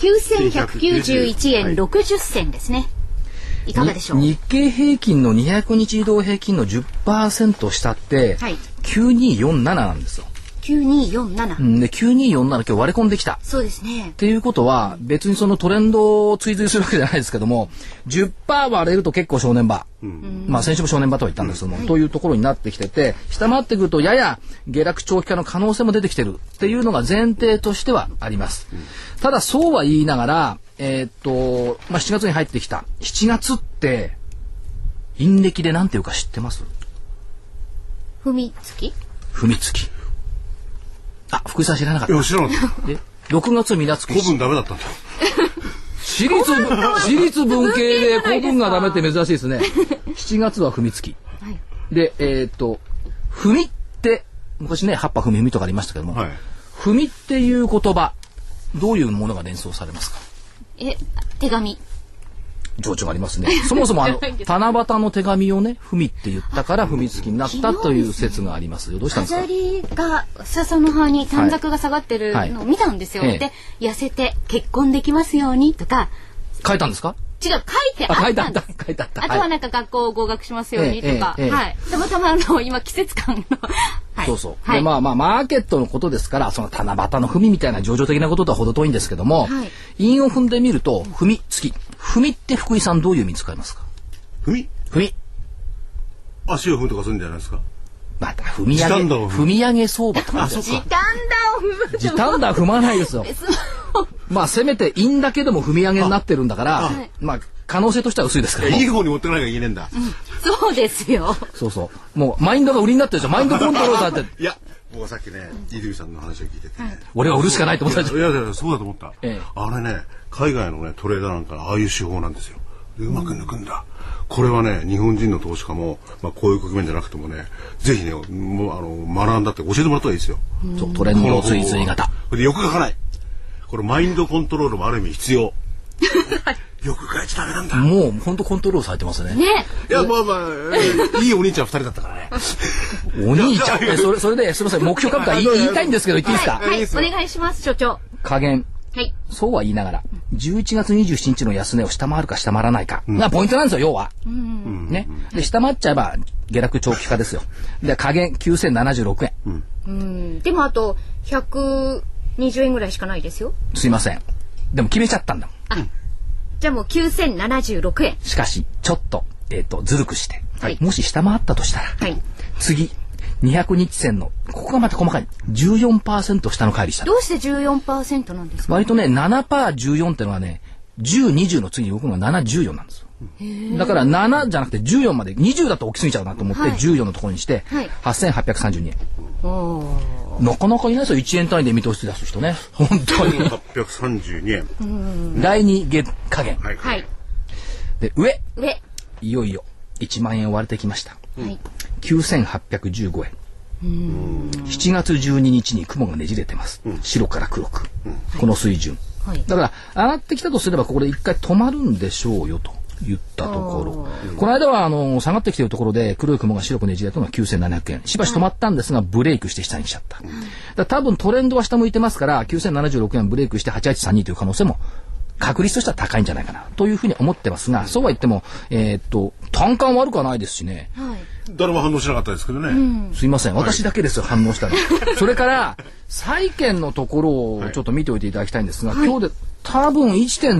9191円60銭ですね。いかがでしょう。 日経平均の200日移動平均の 10% 下って、9247なんですよ。 9247。 で9247今日割れ込んできた。 そうですね。 っていうことは別にそのトレンドを追随するわけじゃないですけども、10% 割れると結構正念場。まあ先週も正念場とは言ったんですけども、というところになってきてて、下回ってくるとやや下落長期化の可能性も出てきてるっていうのが前提としてはあります。ただそうは言いながら、7月に入ってきた7月って陰暦でなんていうか知ってます？ 踏みつき。 福井さん知らなかった。 いや知らなかった。 6月みなつき。 古文ダメだったんだ。 私立文系で古文がダメって珍しいですね。7月は踏みつき。で、踏みって昔ね葉っぱ踏みとかありましたけども、踏みっていう言葉どういうものが連想されますか？ 手紙。 情緒がありますね。そもそも七夕の手紙をね、踏みって言ったから踏みつきになったという説がありますよ。どうしたんですか？ 飾りが笹の葉に短冊が下がってるのを見たんですよ。で、痩せて結婚できますようにとか。 書いたんですか？ 違う、書いてあったんです。 書いてあった。 あとはなんか学校を合格しますようにとか。たまたま今季節感の。 そうそう。でマーケットのことですから、その七夕の踏みみたいな情緒的なこととは程遠いんですけども、韻を踏んでみると踏みつき。踏みって福井さんどういう意味使いますか？ 踏み足を踏むとかするんじゃないですか？ また踏み上げ相場とか。 時短だ踏まないですよ。まあせめて韻だけでも踏み上げになってるんだから、まあ可能性としては薄いですから。 いい方に持ってかないから言えねえんだ。 そうですよ。 そうそう。もうマインドが売りになってるでしょ。マインドコントロールされて。 いや、僕はさっきね、伊集院さんの話を聞いてて、 俺は売るしかないと思ったいや、そうだと思った。あれね、海外のね、トレーダーなんかああいう手法なんですよ。うまく抜くんだ。これはね、日本人の投資家も、まあこういう局面じゃなくてもね、ぜひね、学んだって教えてもらった方がいいですよ。 そう、トレンド追随型。これで欲がかない。これマインドコントロールもある意味必要。欲がちゃダメなんだ。 もう本当コントロールされてますね。 ね。 いや、まあ、いいお兄ちゃん2人だったからね。 お兄ちゃんそれで、すみません、目標株価言いたいんですけど、言っていいですか？ はい、お願いします、所長。 加減。 はい。 そうは言いながら、11月27日の安値を下回るか下回らないかがポイントなんですよ、要は。ね。で、下回っちゃえば下落長期化ですよ。で、加減9076 円。でもあと120円ぐらいしかないですよ。 すいません。でも決めちゃったんだもん。 じゃあもう9076円。 しかし、ちょっと、ずるくして、もし下回ったとしたら、次、200日線の、ここがまた細かい、14% 下の乖離した。 どうして 14% なんですか？ 割とね、7%、14ってのはね、10、20の次に動くのが7、14なんですよ。だから7じゃなくて14まで、20だと大きすぎちゃうなと思って、14のところにして、8832円。なかなかいないですよ、1円単位で見通し出す人ね。本当に。 832円。 第2月加減。 はい。 で、上。いよいよ1万円割れてきました。9815円。7月12日に雲がねじれてます。白から黒く。この水準。だから上がってきたとすればここで一回止まるんでしょうよと言ったところ。この間は下がってきているところで黒い雲が白くねじれたのが9700円。しばし止まったんですがブレイクして下に来ちゃった。だから多分トレンドは下向いてますから9076円ブレイクして8832という可能性も確率としては高いんじゃないかなというふうに思ってますが、そうは言っても単価悪くはないですしね。 誰も反応しなかったですけどね。 すいません、私だけですよ、反応したの。それから債券のところをちょっと見ておいていただきたいんですが、今日で多分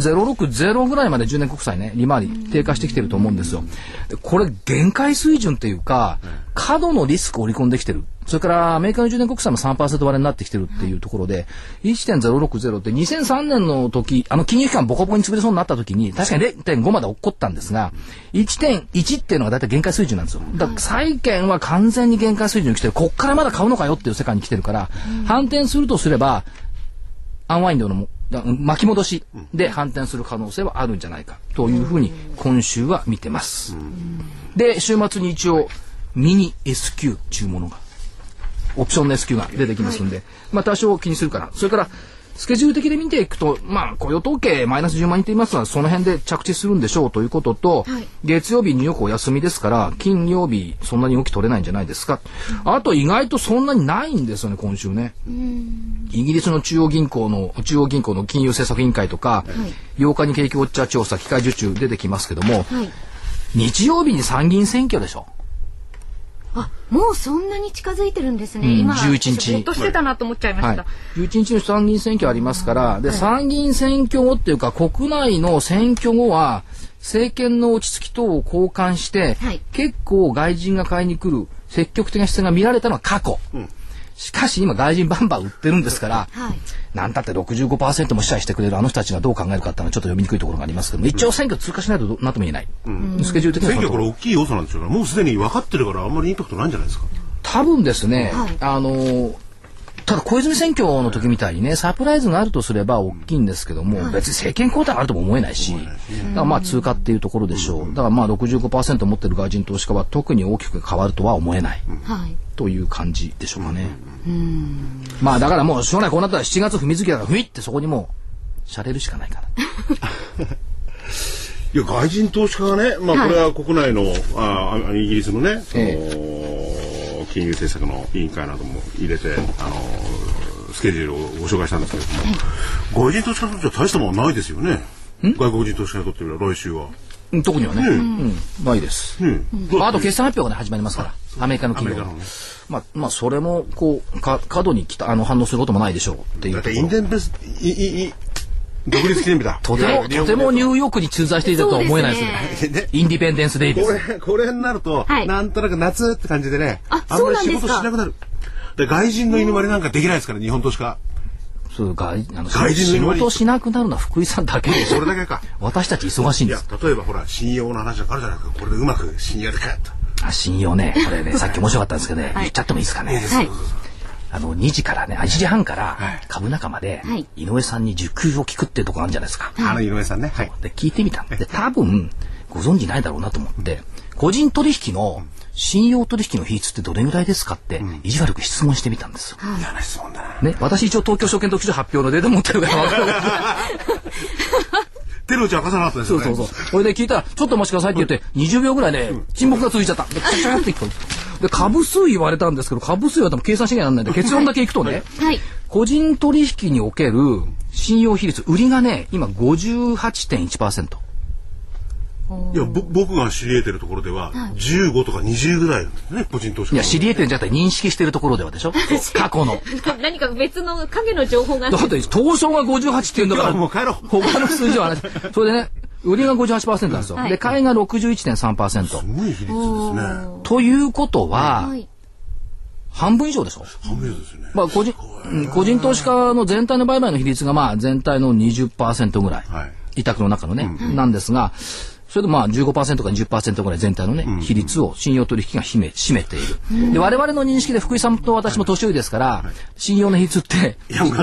1.060 ぐらいまで10年国債ね、利回り低下してきてると思うんですよ。これ限界水準っていうか、過度のリスクを織り込んできてる。それからアメリカの10年国債も 3% 割れになってきてるっていうところで、1.060 って2003年の時、金融機関ボコボコに潰れそうになった時に確かに 0.5 まで起こったんですが、1.1 っていうのが大体限界水準なんですよ。だから債券は完全に限界水準に来てる。こっからまだ買うのかよっていう世界に来てるから、反転するとすればアンワインドの巻き戻しで反転する可能性はあるんじゃないかというふうに今週は見てます。で、週末に一応ミニ S q っていうものがオプションの S q が出てきますんで、まあ多少気にするかな。それからスケジュール的で見ていくと、まあ雇用統計マイナス10万人と言いますのはその辺で着地するんでしょうということと、月曜日ニューヨークお休みですから金曜日そんなに動き取れないんじゃないですか。あと意外とそんなにないんですよね、今週ね。イギリスの中央銀行の金融政策委員会とか、8日に景気ウォッチャー調査機械受注出てきますけども、日曜日に参議院選挙でしょ。 もうそんなに近づいてるんですね。今 11日ほっとしてたなと思っちゃいました。 11日の参議院選挙ありますから、で参議院選挙後っていうか国内の選挙後は政権の落ち着き等を交換して、結構外人が買いに来る積極的な姿勢が見られたのは過去。しかし今外人バンバン売ってるんですから、なんたって 65% も支配してくれるあの人たちがどう考えるかっていうのはちょっと読みにくいところがありますけども、一応選挙通過しないとなっても言えない。スケジュール的には選挙これ大きい要素なんでしょうね。もうすでに分かってるからあんまりインパクトないんじゃないですか。 多分ですね、ただ小泉選挙の時みたいにねサプライズがあるとすれば大きいんですけども、別に政権交代があるとも思えないし、だからまあ通過っていうところでしょう。だからまあ 65% 持ってる外人投資家は特に大きく変わるとは思えない、という感じでしょうかね。まあだからもう将来こうなったら7月踏みつけたらふいってそこにもうしゃれるしかないかな。 いや外人投資家がね、まあこれは国内の、イギリスのね、金融政策の委員会なども入れてスケジュールをご紹介したんですけれども、外人投資家にとっては大したものはないですよね。外国人投資家にとっては来週は特にはね、ないです。あと決算発表が、ね、始まりますから、アメリカの企業の、まあそれもこう過度に反応することもないでしょうっていう。 だってインデンペス独立記念日だ。 とてもニューヨークに駐在していたとは思えないですよね。インディペンデンスデイです。 これになると、なんとなく夏って感じでね、あんまり仕事しなくなる。で外人の居ぬ間になんかできないですから、日本投資家。 そう仕事しなくなるのは福井さんだけでしょ。 それだけか。 私たち忙しいんです。 いや例えばほら信用の話があるじゃないですか。これでうまく信用でかと。 信用ね、これねさっき面白かったんですけどね、言っちゃってもいいですかね。 はい。 2時からね、1時半から株仲間で井上さんに需給を聞くっていうところあるんじゃないですか。 井上さんね。はい。 で聞いてみたんで、多分ご存知ないだろうなと思って、個人取引の信用取引の比率ってどれぐらいですかって意地悪く質問してみたんですよ。 嫌な質問だね、私一応東京証券取引所発表のデータ持ってるから分かる。 手の内明かさなかったですよね。 そう。これで聞いたらちょっとお待ちくださいって言って20秒ぐらいね沈黙が続いちゃった。でカチャって聞こえで株数言われたんですけど、株数は多分計算しなきゃなんないんで結論だけいくとね、 はい、 個人取引における信用比率売りがね今 58.1%。 いや僕が知り得てるところでは15とか20ぐらいなんですね、個人投資家。 いや知り得てるんじゃなくて認識してるところではでしょ。過去の何か別の影の情報がだって東証が58っていうんだからもう帰ろう。 他の数字はそれでね売りが 58% なんですよ、はい、で買いが 61.3%。 すごい比率ですね。 ということは、はい、半分以上でしょ。 半分以上ですね。 個人投資家の全体の売買の比率が全体の 20% ぐらい、はい、委託の中のね、なんですが、それで15% か 20% ぐらい全体のね、比率を信用取引が占めている。で我々の認識で福井さんと私も年寄りですから、信用の比率って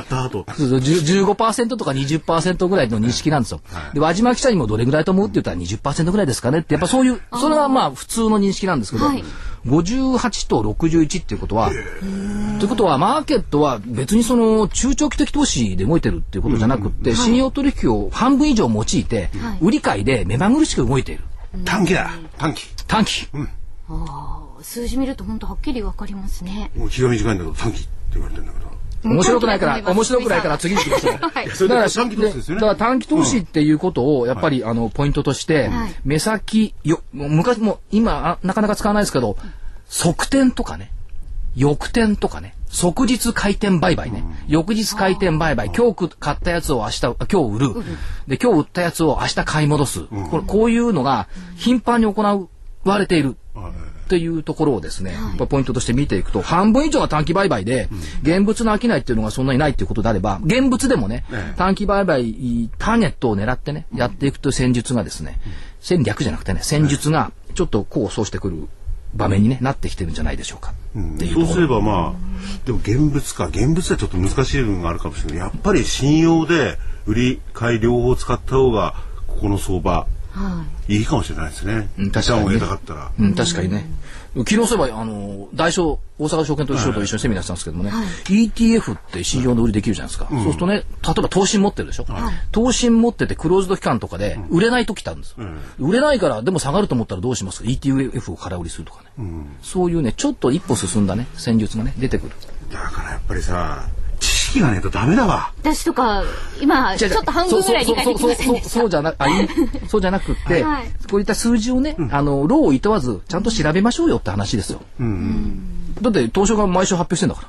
15% とか 20% ぐらいの認識なんですよ。で輪島記者にもどれぐらいと思うって言ったら 20% ぐらいですかねって、やっぱそういうそれが普通の認識なんですけど、58と61っていうことは、マーケットは別にその中長期的投資で動いてるっていうことじゃなくって、信用取引を半分以上用いて、売り買いで目まぐるしく動いている。 短期だ。短期。 数字見ると本当はっきりわかりますね。 もう気が短いんだけど短期って言われてるんだけど。 面白くないから次に行きましょう。だから短期投資っていうことをやっぱりポイントとして、目先昔も今なかなか使わないですけど、側転とかね、翌転とかね、即日回転売買ね、翌日回転売買、今日買ったやつを今日売る、で今日売ったやつを明日買い戻す、こういうのが頻繁に行われているっていうところをですね、ポイントとして見ていくと、半分以上が短期売買で、現物の商いっていうのがそんなにないっていうことであれば、現物でもね、短期売買ターゲットを狙ってねやっていくという戦術がですね、戦略じゃなくてね、戦術がちょっと功を奏してくる場面に、ね、なってきてるんじゃないでしょうか。 そうすればでも現物はちょっと難しい部分があるかもしれない。やっぱり信用で売り買い両方使った方がここの相場、いいかもしれないですね。確かにね。 確かにね。昨日そういえば大阪証券取引所と一緒にセミナーしたんですけどもね、ETF って信用の売りできるじゃないですか。そうするとね、例えば投信持ってるでしょ。投信持っててクローズド期間とかで売れない時ってあるんです。売れないからでも下がると思ったらどうしますか。 ETF を空売りするとかね、そういうねちょっと一歩進んだね戦術がね出てくる。 だからやっぱりさ、知識がないとダメだわ。 私とか今ちょっと半分ぐらい理解できませんでした。 そうじゃなくって、こういった数字をね、労を厭わずちゃんと調べましょうよって話ですよ。だって東証が毎週発表してんだから。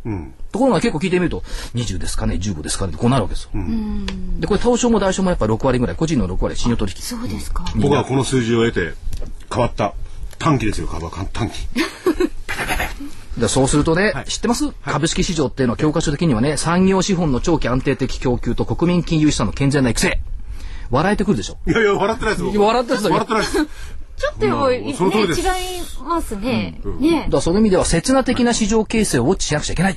ところが結構聞いてみると20ですかね15ですかねってこうなるわけですよ。でこれ東証も大証もやっぱ6割ぐらい、個人の6割信用取引。 そうですか。 僕はこの数字を得て変わった短期ですよ。株は短期。 そうするとね、知ってます、株式市場っていうのは教科書的にはね、産業資本の長期安定的供給と国民金融資産の健全な育成。笑えてくるでしょ。 いや笑ってないですよ。 笑ってないです。 ちょっと違いますね。 だそういう意味では切な的な市場形成をウォッチしなくちゃいけない。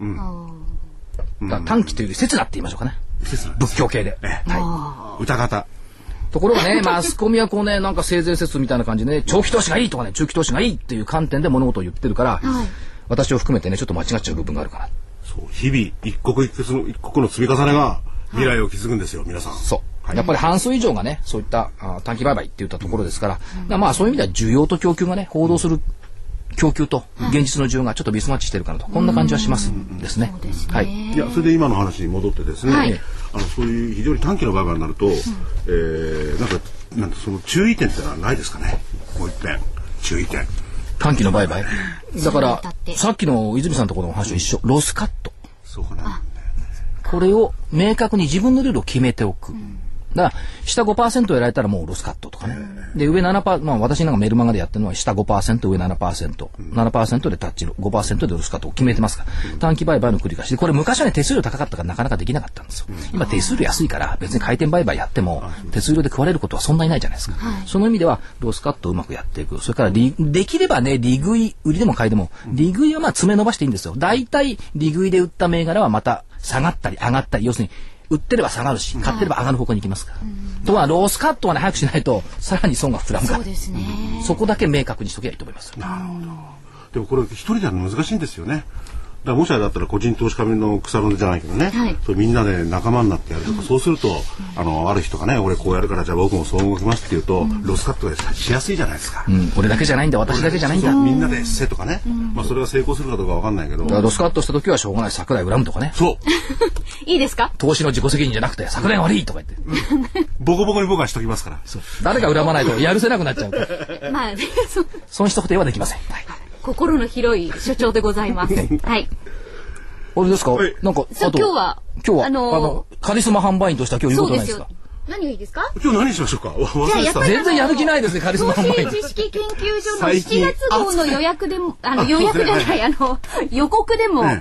短期というより切なって言いましょうかね。仏教系で。 歌方。 ところがね、マスコミはこうね、なんか性善説みたいな感じでね、長期投資がいいとかね、中期投資がいいっていう観点で物事を言ってるから、私を含めてね、ちょっと間違っちゃう部分があるから。 そう、日々一刻一刻の積み重ねが未来を築くんですよ、皆さん。 そう。やっぱり半数以上がね、そういった短期売買っていったところですから、そういう意味では需要と供給がね、報道する供給と現実の需要がちょっとミスマッチしてるかなと、こんな感じはしますですね。はい。 いや、それで今の話に戻ってですね、そういう非常に短期の売買になると、なんかその注意点ってのはないですかね。もう一遍注意点。 短期の売買。だからさっきの泉さんのところの話と一緒。ロスカット。 そうかな。 これを明確に自分のルールを決めておく。だから下 5% やられたらもうロスカットとかね。 で、上7%、まあ私なんかメルマガでやってるのは下 5%、上 7%、7% でタッチ、5% でロスカットを決めてますから、短期売買の繰り返しで、これ昔はね、手数料高かったからなかなかできなかったんですよ。今手数料安いから、別に回転売買やっても、手数料で食われることはそんなにないじゃないですか。その意味では、ロスカットをうまくやっていく。それからできればね、利食い、売りでも買いでも、利食いはまあ詰め伸ばしていいんですよ。大体、利食いで売った銘柄はまた下がったり上がったり、要するに、売ってれば下がるし、買ってれば上がる方向に行きますから。とは、ロースカットはね、早くしないと、さらに損が膨らむから。そうですね。そこだけ明確にしとけばいいと思います。 なるほど。でもこれ、一人では難しいんですよね。だからもしあれだったら個人投資家の草の根じゃないけどね、それみんなで仲間になってやるとか、そうするとある人がね、俺こうやるからじゃあ僕もそう動きますって言うと、ロスカットでしやすいじゃないですか。 俺だけじゃないんだ、私だけじゃないんだ。 みんなでせとかね、まあそれが成功するかどうかわかんないけど。 ロスカットした時はしょうがない、桜井恨むとかね。 そう。 いいですか？ 投資の自己責任じゃなくて桜井悪いとか言って。 ボコボコに僕はしときますから。 誰か恨まないとやるせなくなっちゃうから。 まあ、 損失補填はできません。 心の広い所長でございます。はい。 あれですか、なんか、 今日はカリスマ販売員としては今日言うことないですか？ 何がいいですか？ 今日何しましょうか？忘れてた。 全然やる気ないですね、カリスマ販売員。 投資知識研究所の7月号の予約でも、予約じゃない、予告でも、はい、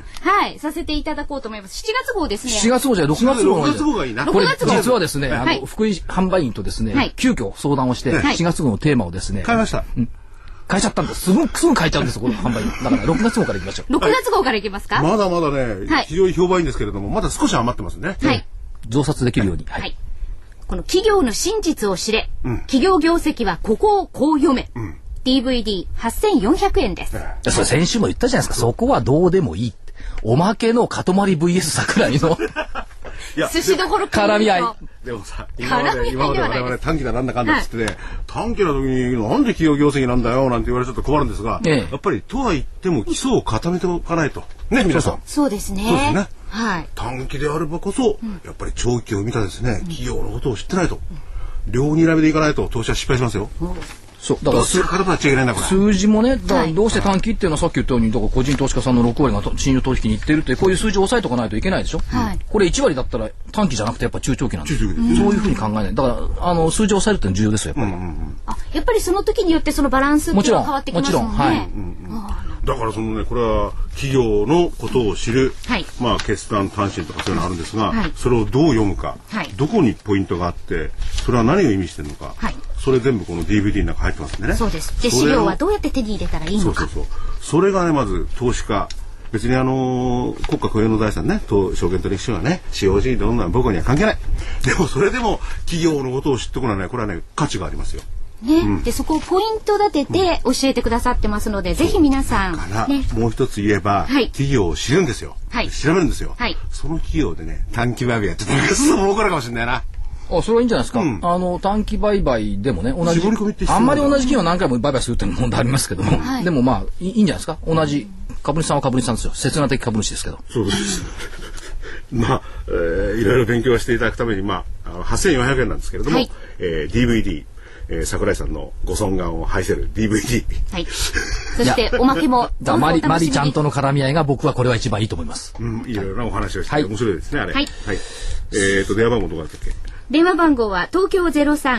させていただこうと思います。7月号ですね。 7月号じゃ6月号 6月号がいいな。 これ実はですね、福井販売員とですね、急遽相談をして、7月号のテーマをですね、 変えました。 変えちゃったんです。すぐ変えちゃうんです、この販売員。だから6月号からいきましょう。 6月号からいきますか？ まだまだね、非常に評判いいんですけれども、まだ少し余ってますね。 はい。 増刷できるように。 はい。この企業の真実を知れ。企業業績はここをこう読め。DVD8400 円です。 それ先週も言ったじゃないですか。そこはどうでもいい。おまけのかとまり VS 桜井の寿司どころ絡み合い。 でもさ、今まで我々短期だなんだかんだっつってね、短期の時になんで企業業績なんだよなんて言われちゃうと困るんですが、やっぱりとは言っても基礎を固めておかないと。ね、皆さん。 そうですね。 そうですね。 はい。 短期であればこそ、やっぱり長期を見たですね、企業のことを知ってないと。両にらめでいかないと投資は失敗しますよ。 そうだから数字もね、どうして短期っていうのはさっき言ったように、だから個人投資家さんの6割が信用取引に行ってるってこういう数字を抑えとかないといけないでしょ。これ1割だったら短期じゃなくてやっぱ中長期なんです。そういうふうに考えない。だから数字を抑えるって重要ですよやっぱり。 やっぱりその時によってそのバランスっていうのは変わってきますもんね。もちろんはい。 だからそのね、これは企業のことを知る、まあ決算短信とかそういうのあるんですが、それをどう読むか、どこにポイントがあって、それは何を意味してるのか、それ全部この DVD の中入ってますんでね。 そうです。で資料はどうやって手に入れたらいいのか。 それがね、まず投資家。別に国家固有の財産ね、証券取引所はね、COG どんな僕には関係ない。でもそれでも企業のことを知っておくのはね、これはね、価値がありますよ。 ね、でそこをポイント立てて教えてくださってますので、ぜひ皆さん、 もう一つ言えば、企業を知るんですよ、調べるんですよ、その企業でね短期売買やってたら儲かるかもしれないな。 それはいいんじゃないですか、短期売買でもね、同じあんまり同じ企業何回も売買するっていう問題ありますけども、でもまあいいんじゃないですか。同じ株主さんは株主さんですよ。切な的株主ですけど。 そうですまあ、いろいろ勉強していただくために、まあ、8400円なんですけれども、DVD桜井さんのご尊願を拝せる DVD。 はい。そしておまけもマリちゃんとの絡み合いが僕はこれは一番いいと思います。 いろいろなお話をして面白いですねあれ。はい。電話番号どうだったっけ？ 電話番号は東京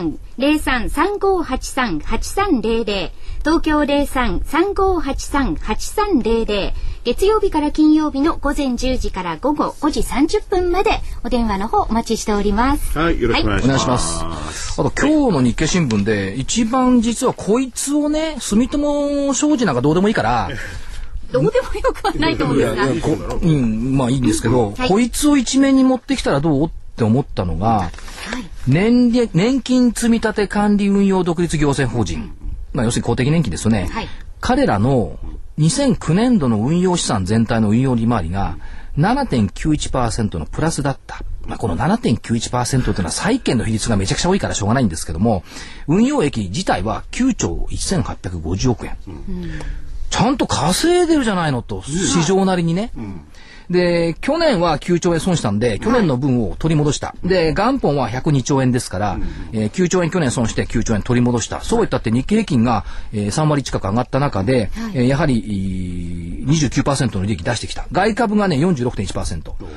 03-03-3583-8300、東京03-3583-8300、月曜日から金曜日の午前10時から午後5時30分までお電話の方お待ちしております。 はい、よろしくお願いします。 あと今日の日経新聞で一番実はこいつをね、住友商事なんかどうでもいいから。 どうでもよくはないと思うんですが。 まあいいんですけど、こいつを一面に持ってきたらどうって思ったのが、年金積立管理運用独立行政法人、まあ要するに公的年金ですよね。彼らの2009年度の運用資産全体の運用利回りが 7.91% のプラスだった。まあ、この 7.91% というのは債券の比率がめちゃくちゃ多いからしょうがないんですけども、運用益自体は9兆1850億円。ちゃんと稼いでるじゃないのと、市場なりにね。で、去年は9兆円損したんで、去年の分を取り戻した。で、元本は102兆円ですから、9兆円去年損して9兆円取り戻した。そういったって日経平均が、3割近く上がった中で、やはり、29% の利益出してきた。外株がね、46.1%。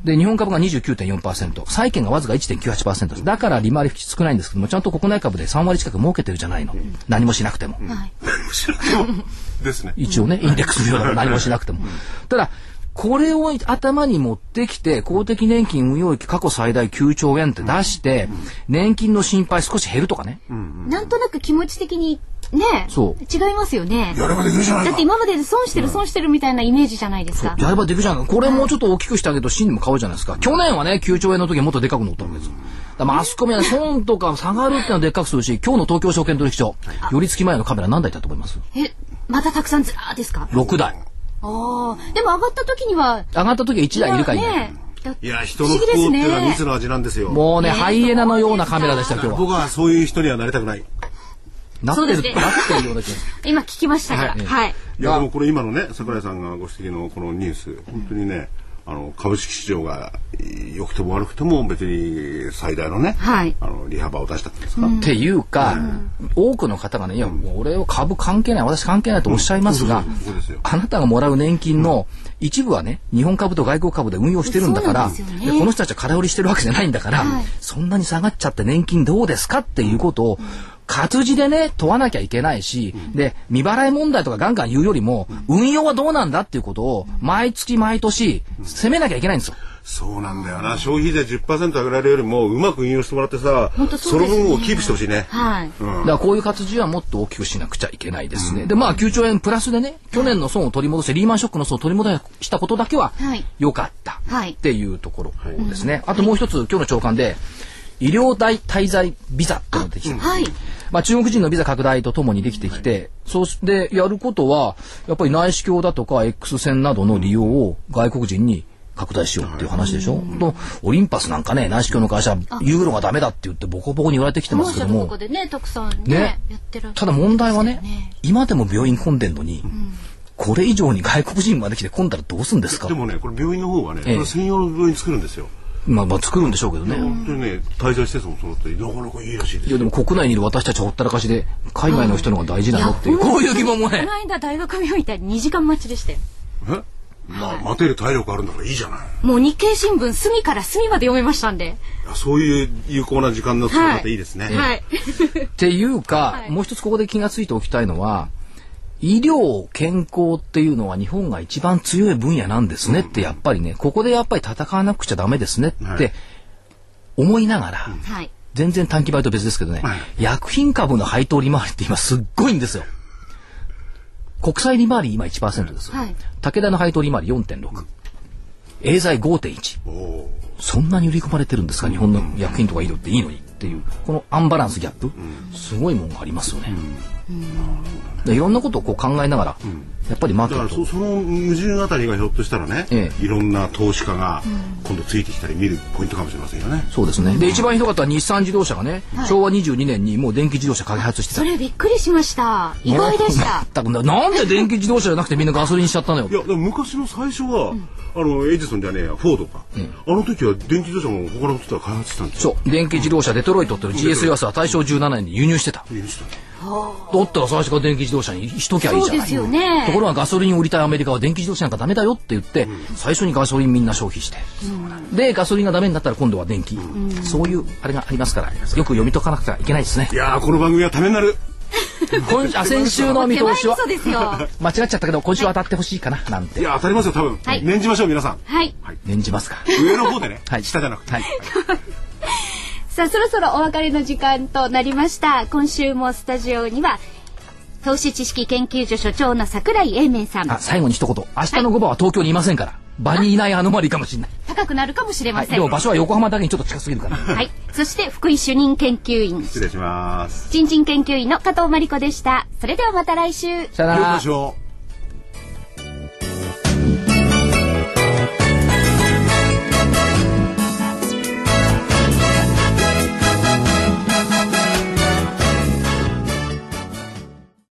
で、日本株が 29.4%、債券がわずか 1.98% です。だから利回り少ないんですけども、ちゃんと国内株で3割近く儲けてるじゃないの。何もしなくても。 何もしなくても。ですね。 一応ね、インデックス上だから何もしなくても。ただ、これを頭に持ってきて、公的年金運用益過去最大9兆円って出して、年金の心配少し減るとかね。 なんとなく気持ち的にね、違いますよね。 やればできるじゃないか。 だって今までで損してるみたいなイメージじゃないですか。 やればできるじゃないか。これもうちょっと大きくしてあげると真にも買うじゃないですか。去年はね、9兆円の時はもっとでかく乗ったわけですよ。マスコミは損とか下がるっていうのはでっかくするし、今日の東京証券取引所、寄り付き前のカメラ何台だと思います？ またたくさんずらーですか ？6台。 でも上がった時には 1台いるかいない。 いや、人の不幸っていうのは蜜の味なんですよ。 もうね、ハイエナのようなカメラでした、今日は。 僕はそういう人にはなりたくない。 なってるような気がする。 今聞きましたから。はい。 いや、でもこれ今のね、櫻井さんがご指摘のこのニュース、本当にね、株式市場が良くても悪くても別に最大のね、利幅を出したんですか、 っていうか、多くの方がね、いや、俺は株関係ない、私関係ないとおっしゃいますが、あなたがもらう年金の一部はね、日本株と外国株で運用してるんだから、でこの人たちは空売りしてるわけじゃないんだから、そんなに下がっちゃって年金どうですかっていうことを、活字でね、問わなきゃいけないし、で、未払い問題とかガンガン言うよりも、運用はどうなんだっていうことを、毎月毎年、責めなきゃいけないんですよ。 そうなんだよな。消費税 10% 上げられるよりも、うまく運用してもらってさ、その分をキープしてほしいね。 だからこういう活字はもっと大きくしなくちゃいけないですね。で、9兆円プラスでね、去年の損を取り戻して、リーマンショックの損を取り戻したことだけは、良かったっていうところですね。あともう一つ、今日の朝刊で、医療滞在ビザってのができた。中国人のビザ拡大とともにできてきて、そうでやることはやっぱり内視鏡だとか X 線などの利用を外国人に拡大しようっていう話でしょ。オリンパスなんかね、内視鏡の会社ユーロがダメだって言ってボコボコに言われてきてますけども、ただ問題はね、今でも病院混んでんのに、これ以上に外国人まで来て混んだらどうするんですか。 でもね、これ病院の方はね、これ専用の病院作るんですよ。 作るんでしょうけどね。 本当にね、滞在施設も揃ってなかなかいいらしいです。 いやでも国内にいる私たちはほったらかしで海外の人の方が大事なのっていう、こういう疑問もね。 この間大学病院行ったら2時間待ちでしたよ。 待てる体力あるんだからいいじゃない。 もう日経新聞隅から隅まで読めましたんで。 そういう有効な時間の使い方いいですね。 っていうか、もう一つここで気がついておきたいのは、医療健康っていうのは日本が一番強い分野なんですねってやっぱりね、ここでやっぱり戦わなくちゃダメですねって思いながら、全然短期バイト別ですけどね、薬品株の配当利回りって今すっごいんですよ。国債利回り今 1% です。武田の配当利回り 4.6、エーザイ 5.1。そんなに売り込まれてるんですか、日本の薬品とか医療っていいのにっていう、このアンバランスギャップ、すごいものがありますよね。いろんなことをこう考えながら、やっぱりマーケット、 だからその矛盾あたりがひょっとしたらね、いろんな投資家が今度ついてきたり見るポイントかもしれませんよね。 そうですね。で、一番ひどかったのは日産自動車がね、昭和22年にもう電気自動車開発してた。 それびっくりしました。意外でした。 なんで電気自動車じゃなくてみんなガソリンしちゃったのよ。 いや、でも昔の最初は、エジソンじゃねえや、フォードか。あの時は電気自動車も他の人が開発してたんですよ。 そう、電気自動車デトロイトっていう GS ユアスは大正17年に輸入してた。だったら最初から電気自動車にしときゃいいじゃない。 そうですよね。 ところがガソリンを売りたいアメリカは電気自動車なんかダメだよって言って、最初にガソリンみんな消費して、でガソリンがダメになったら今度は電気、そういうあれがありますから、よく読み解かなくてはいけないですね。 いやー、この番組はためになる。 先週の見通しは間違っちゃったけど今週は当たってほしいかななんて。 いや、当たりますよ多分。念じましょう皆さん。 念じますか。 上の方でね、下じゃなくて。 さあ、そろそろお別れの時間となりました。今週もスタジオには投資知識研究所所長の櫻井英明さん。 最後に一言、明日の5番は東京にいませんから、場にいないアノマリーかもしれない。 高くなるかもしれません。 でも場所は横浜だけにちょっと近すぎるから。 そして福井主任研究員、 失礼します。 新人研究員の加藤真理子でした。それではまた来週。 さよなら。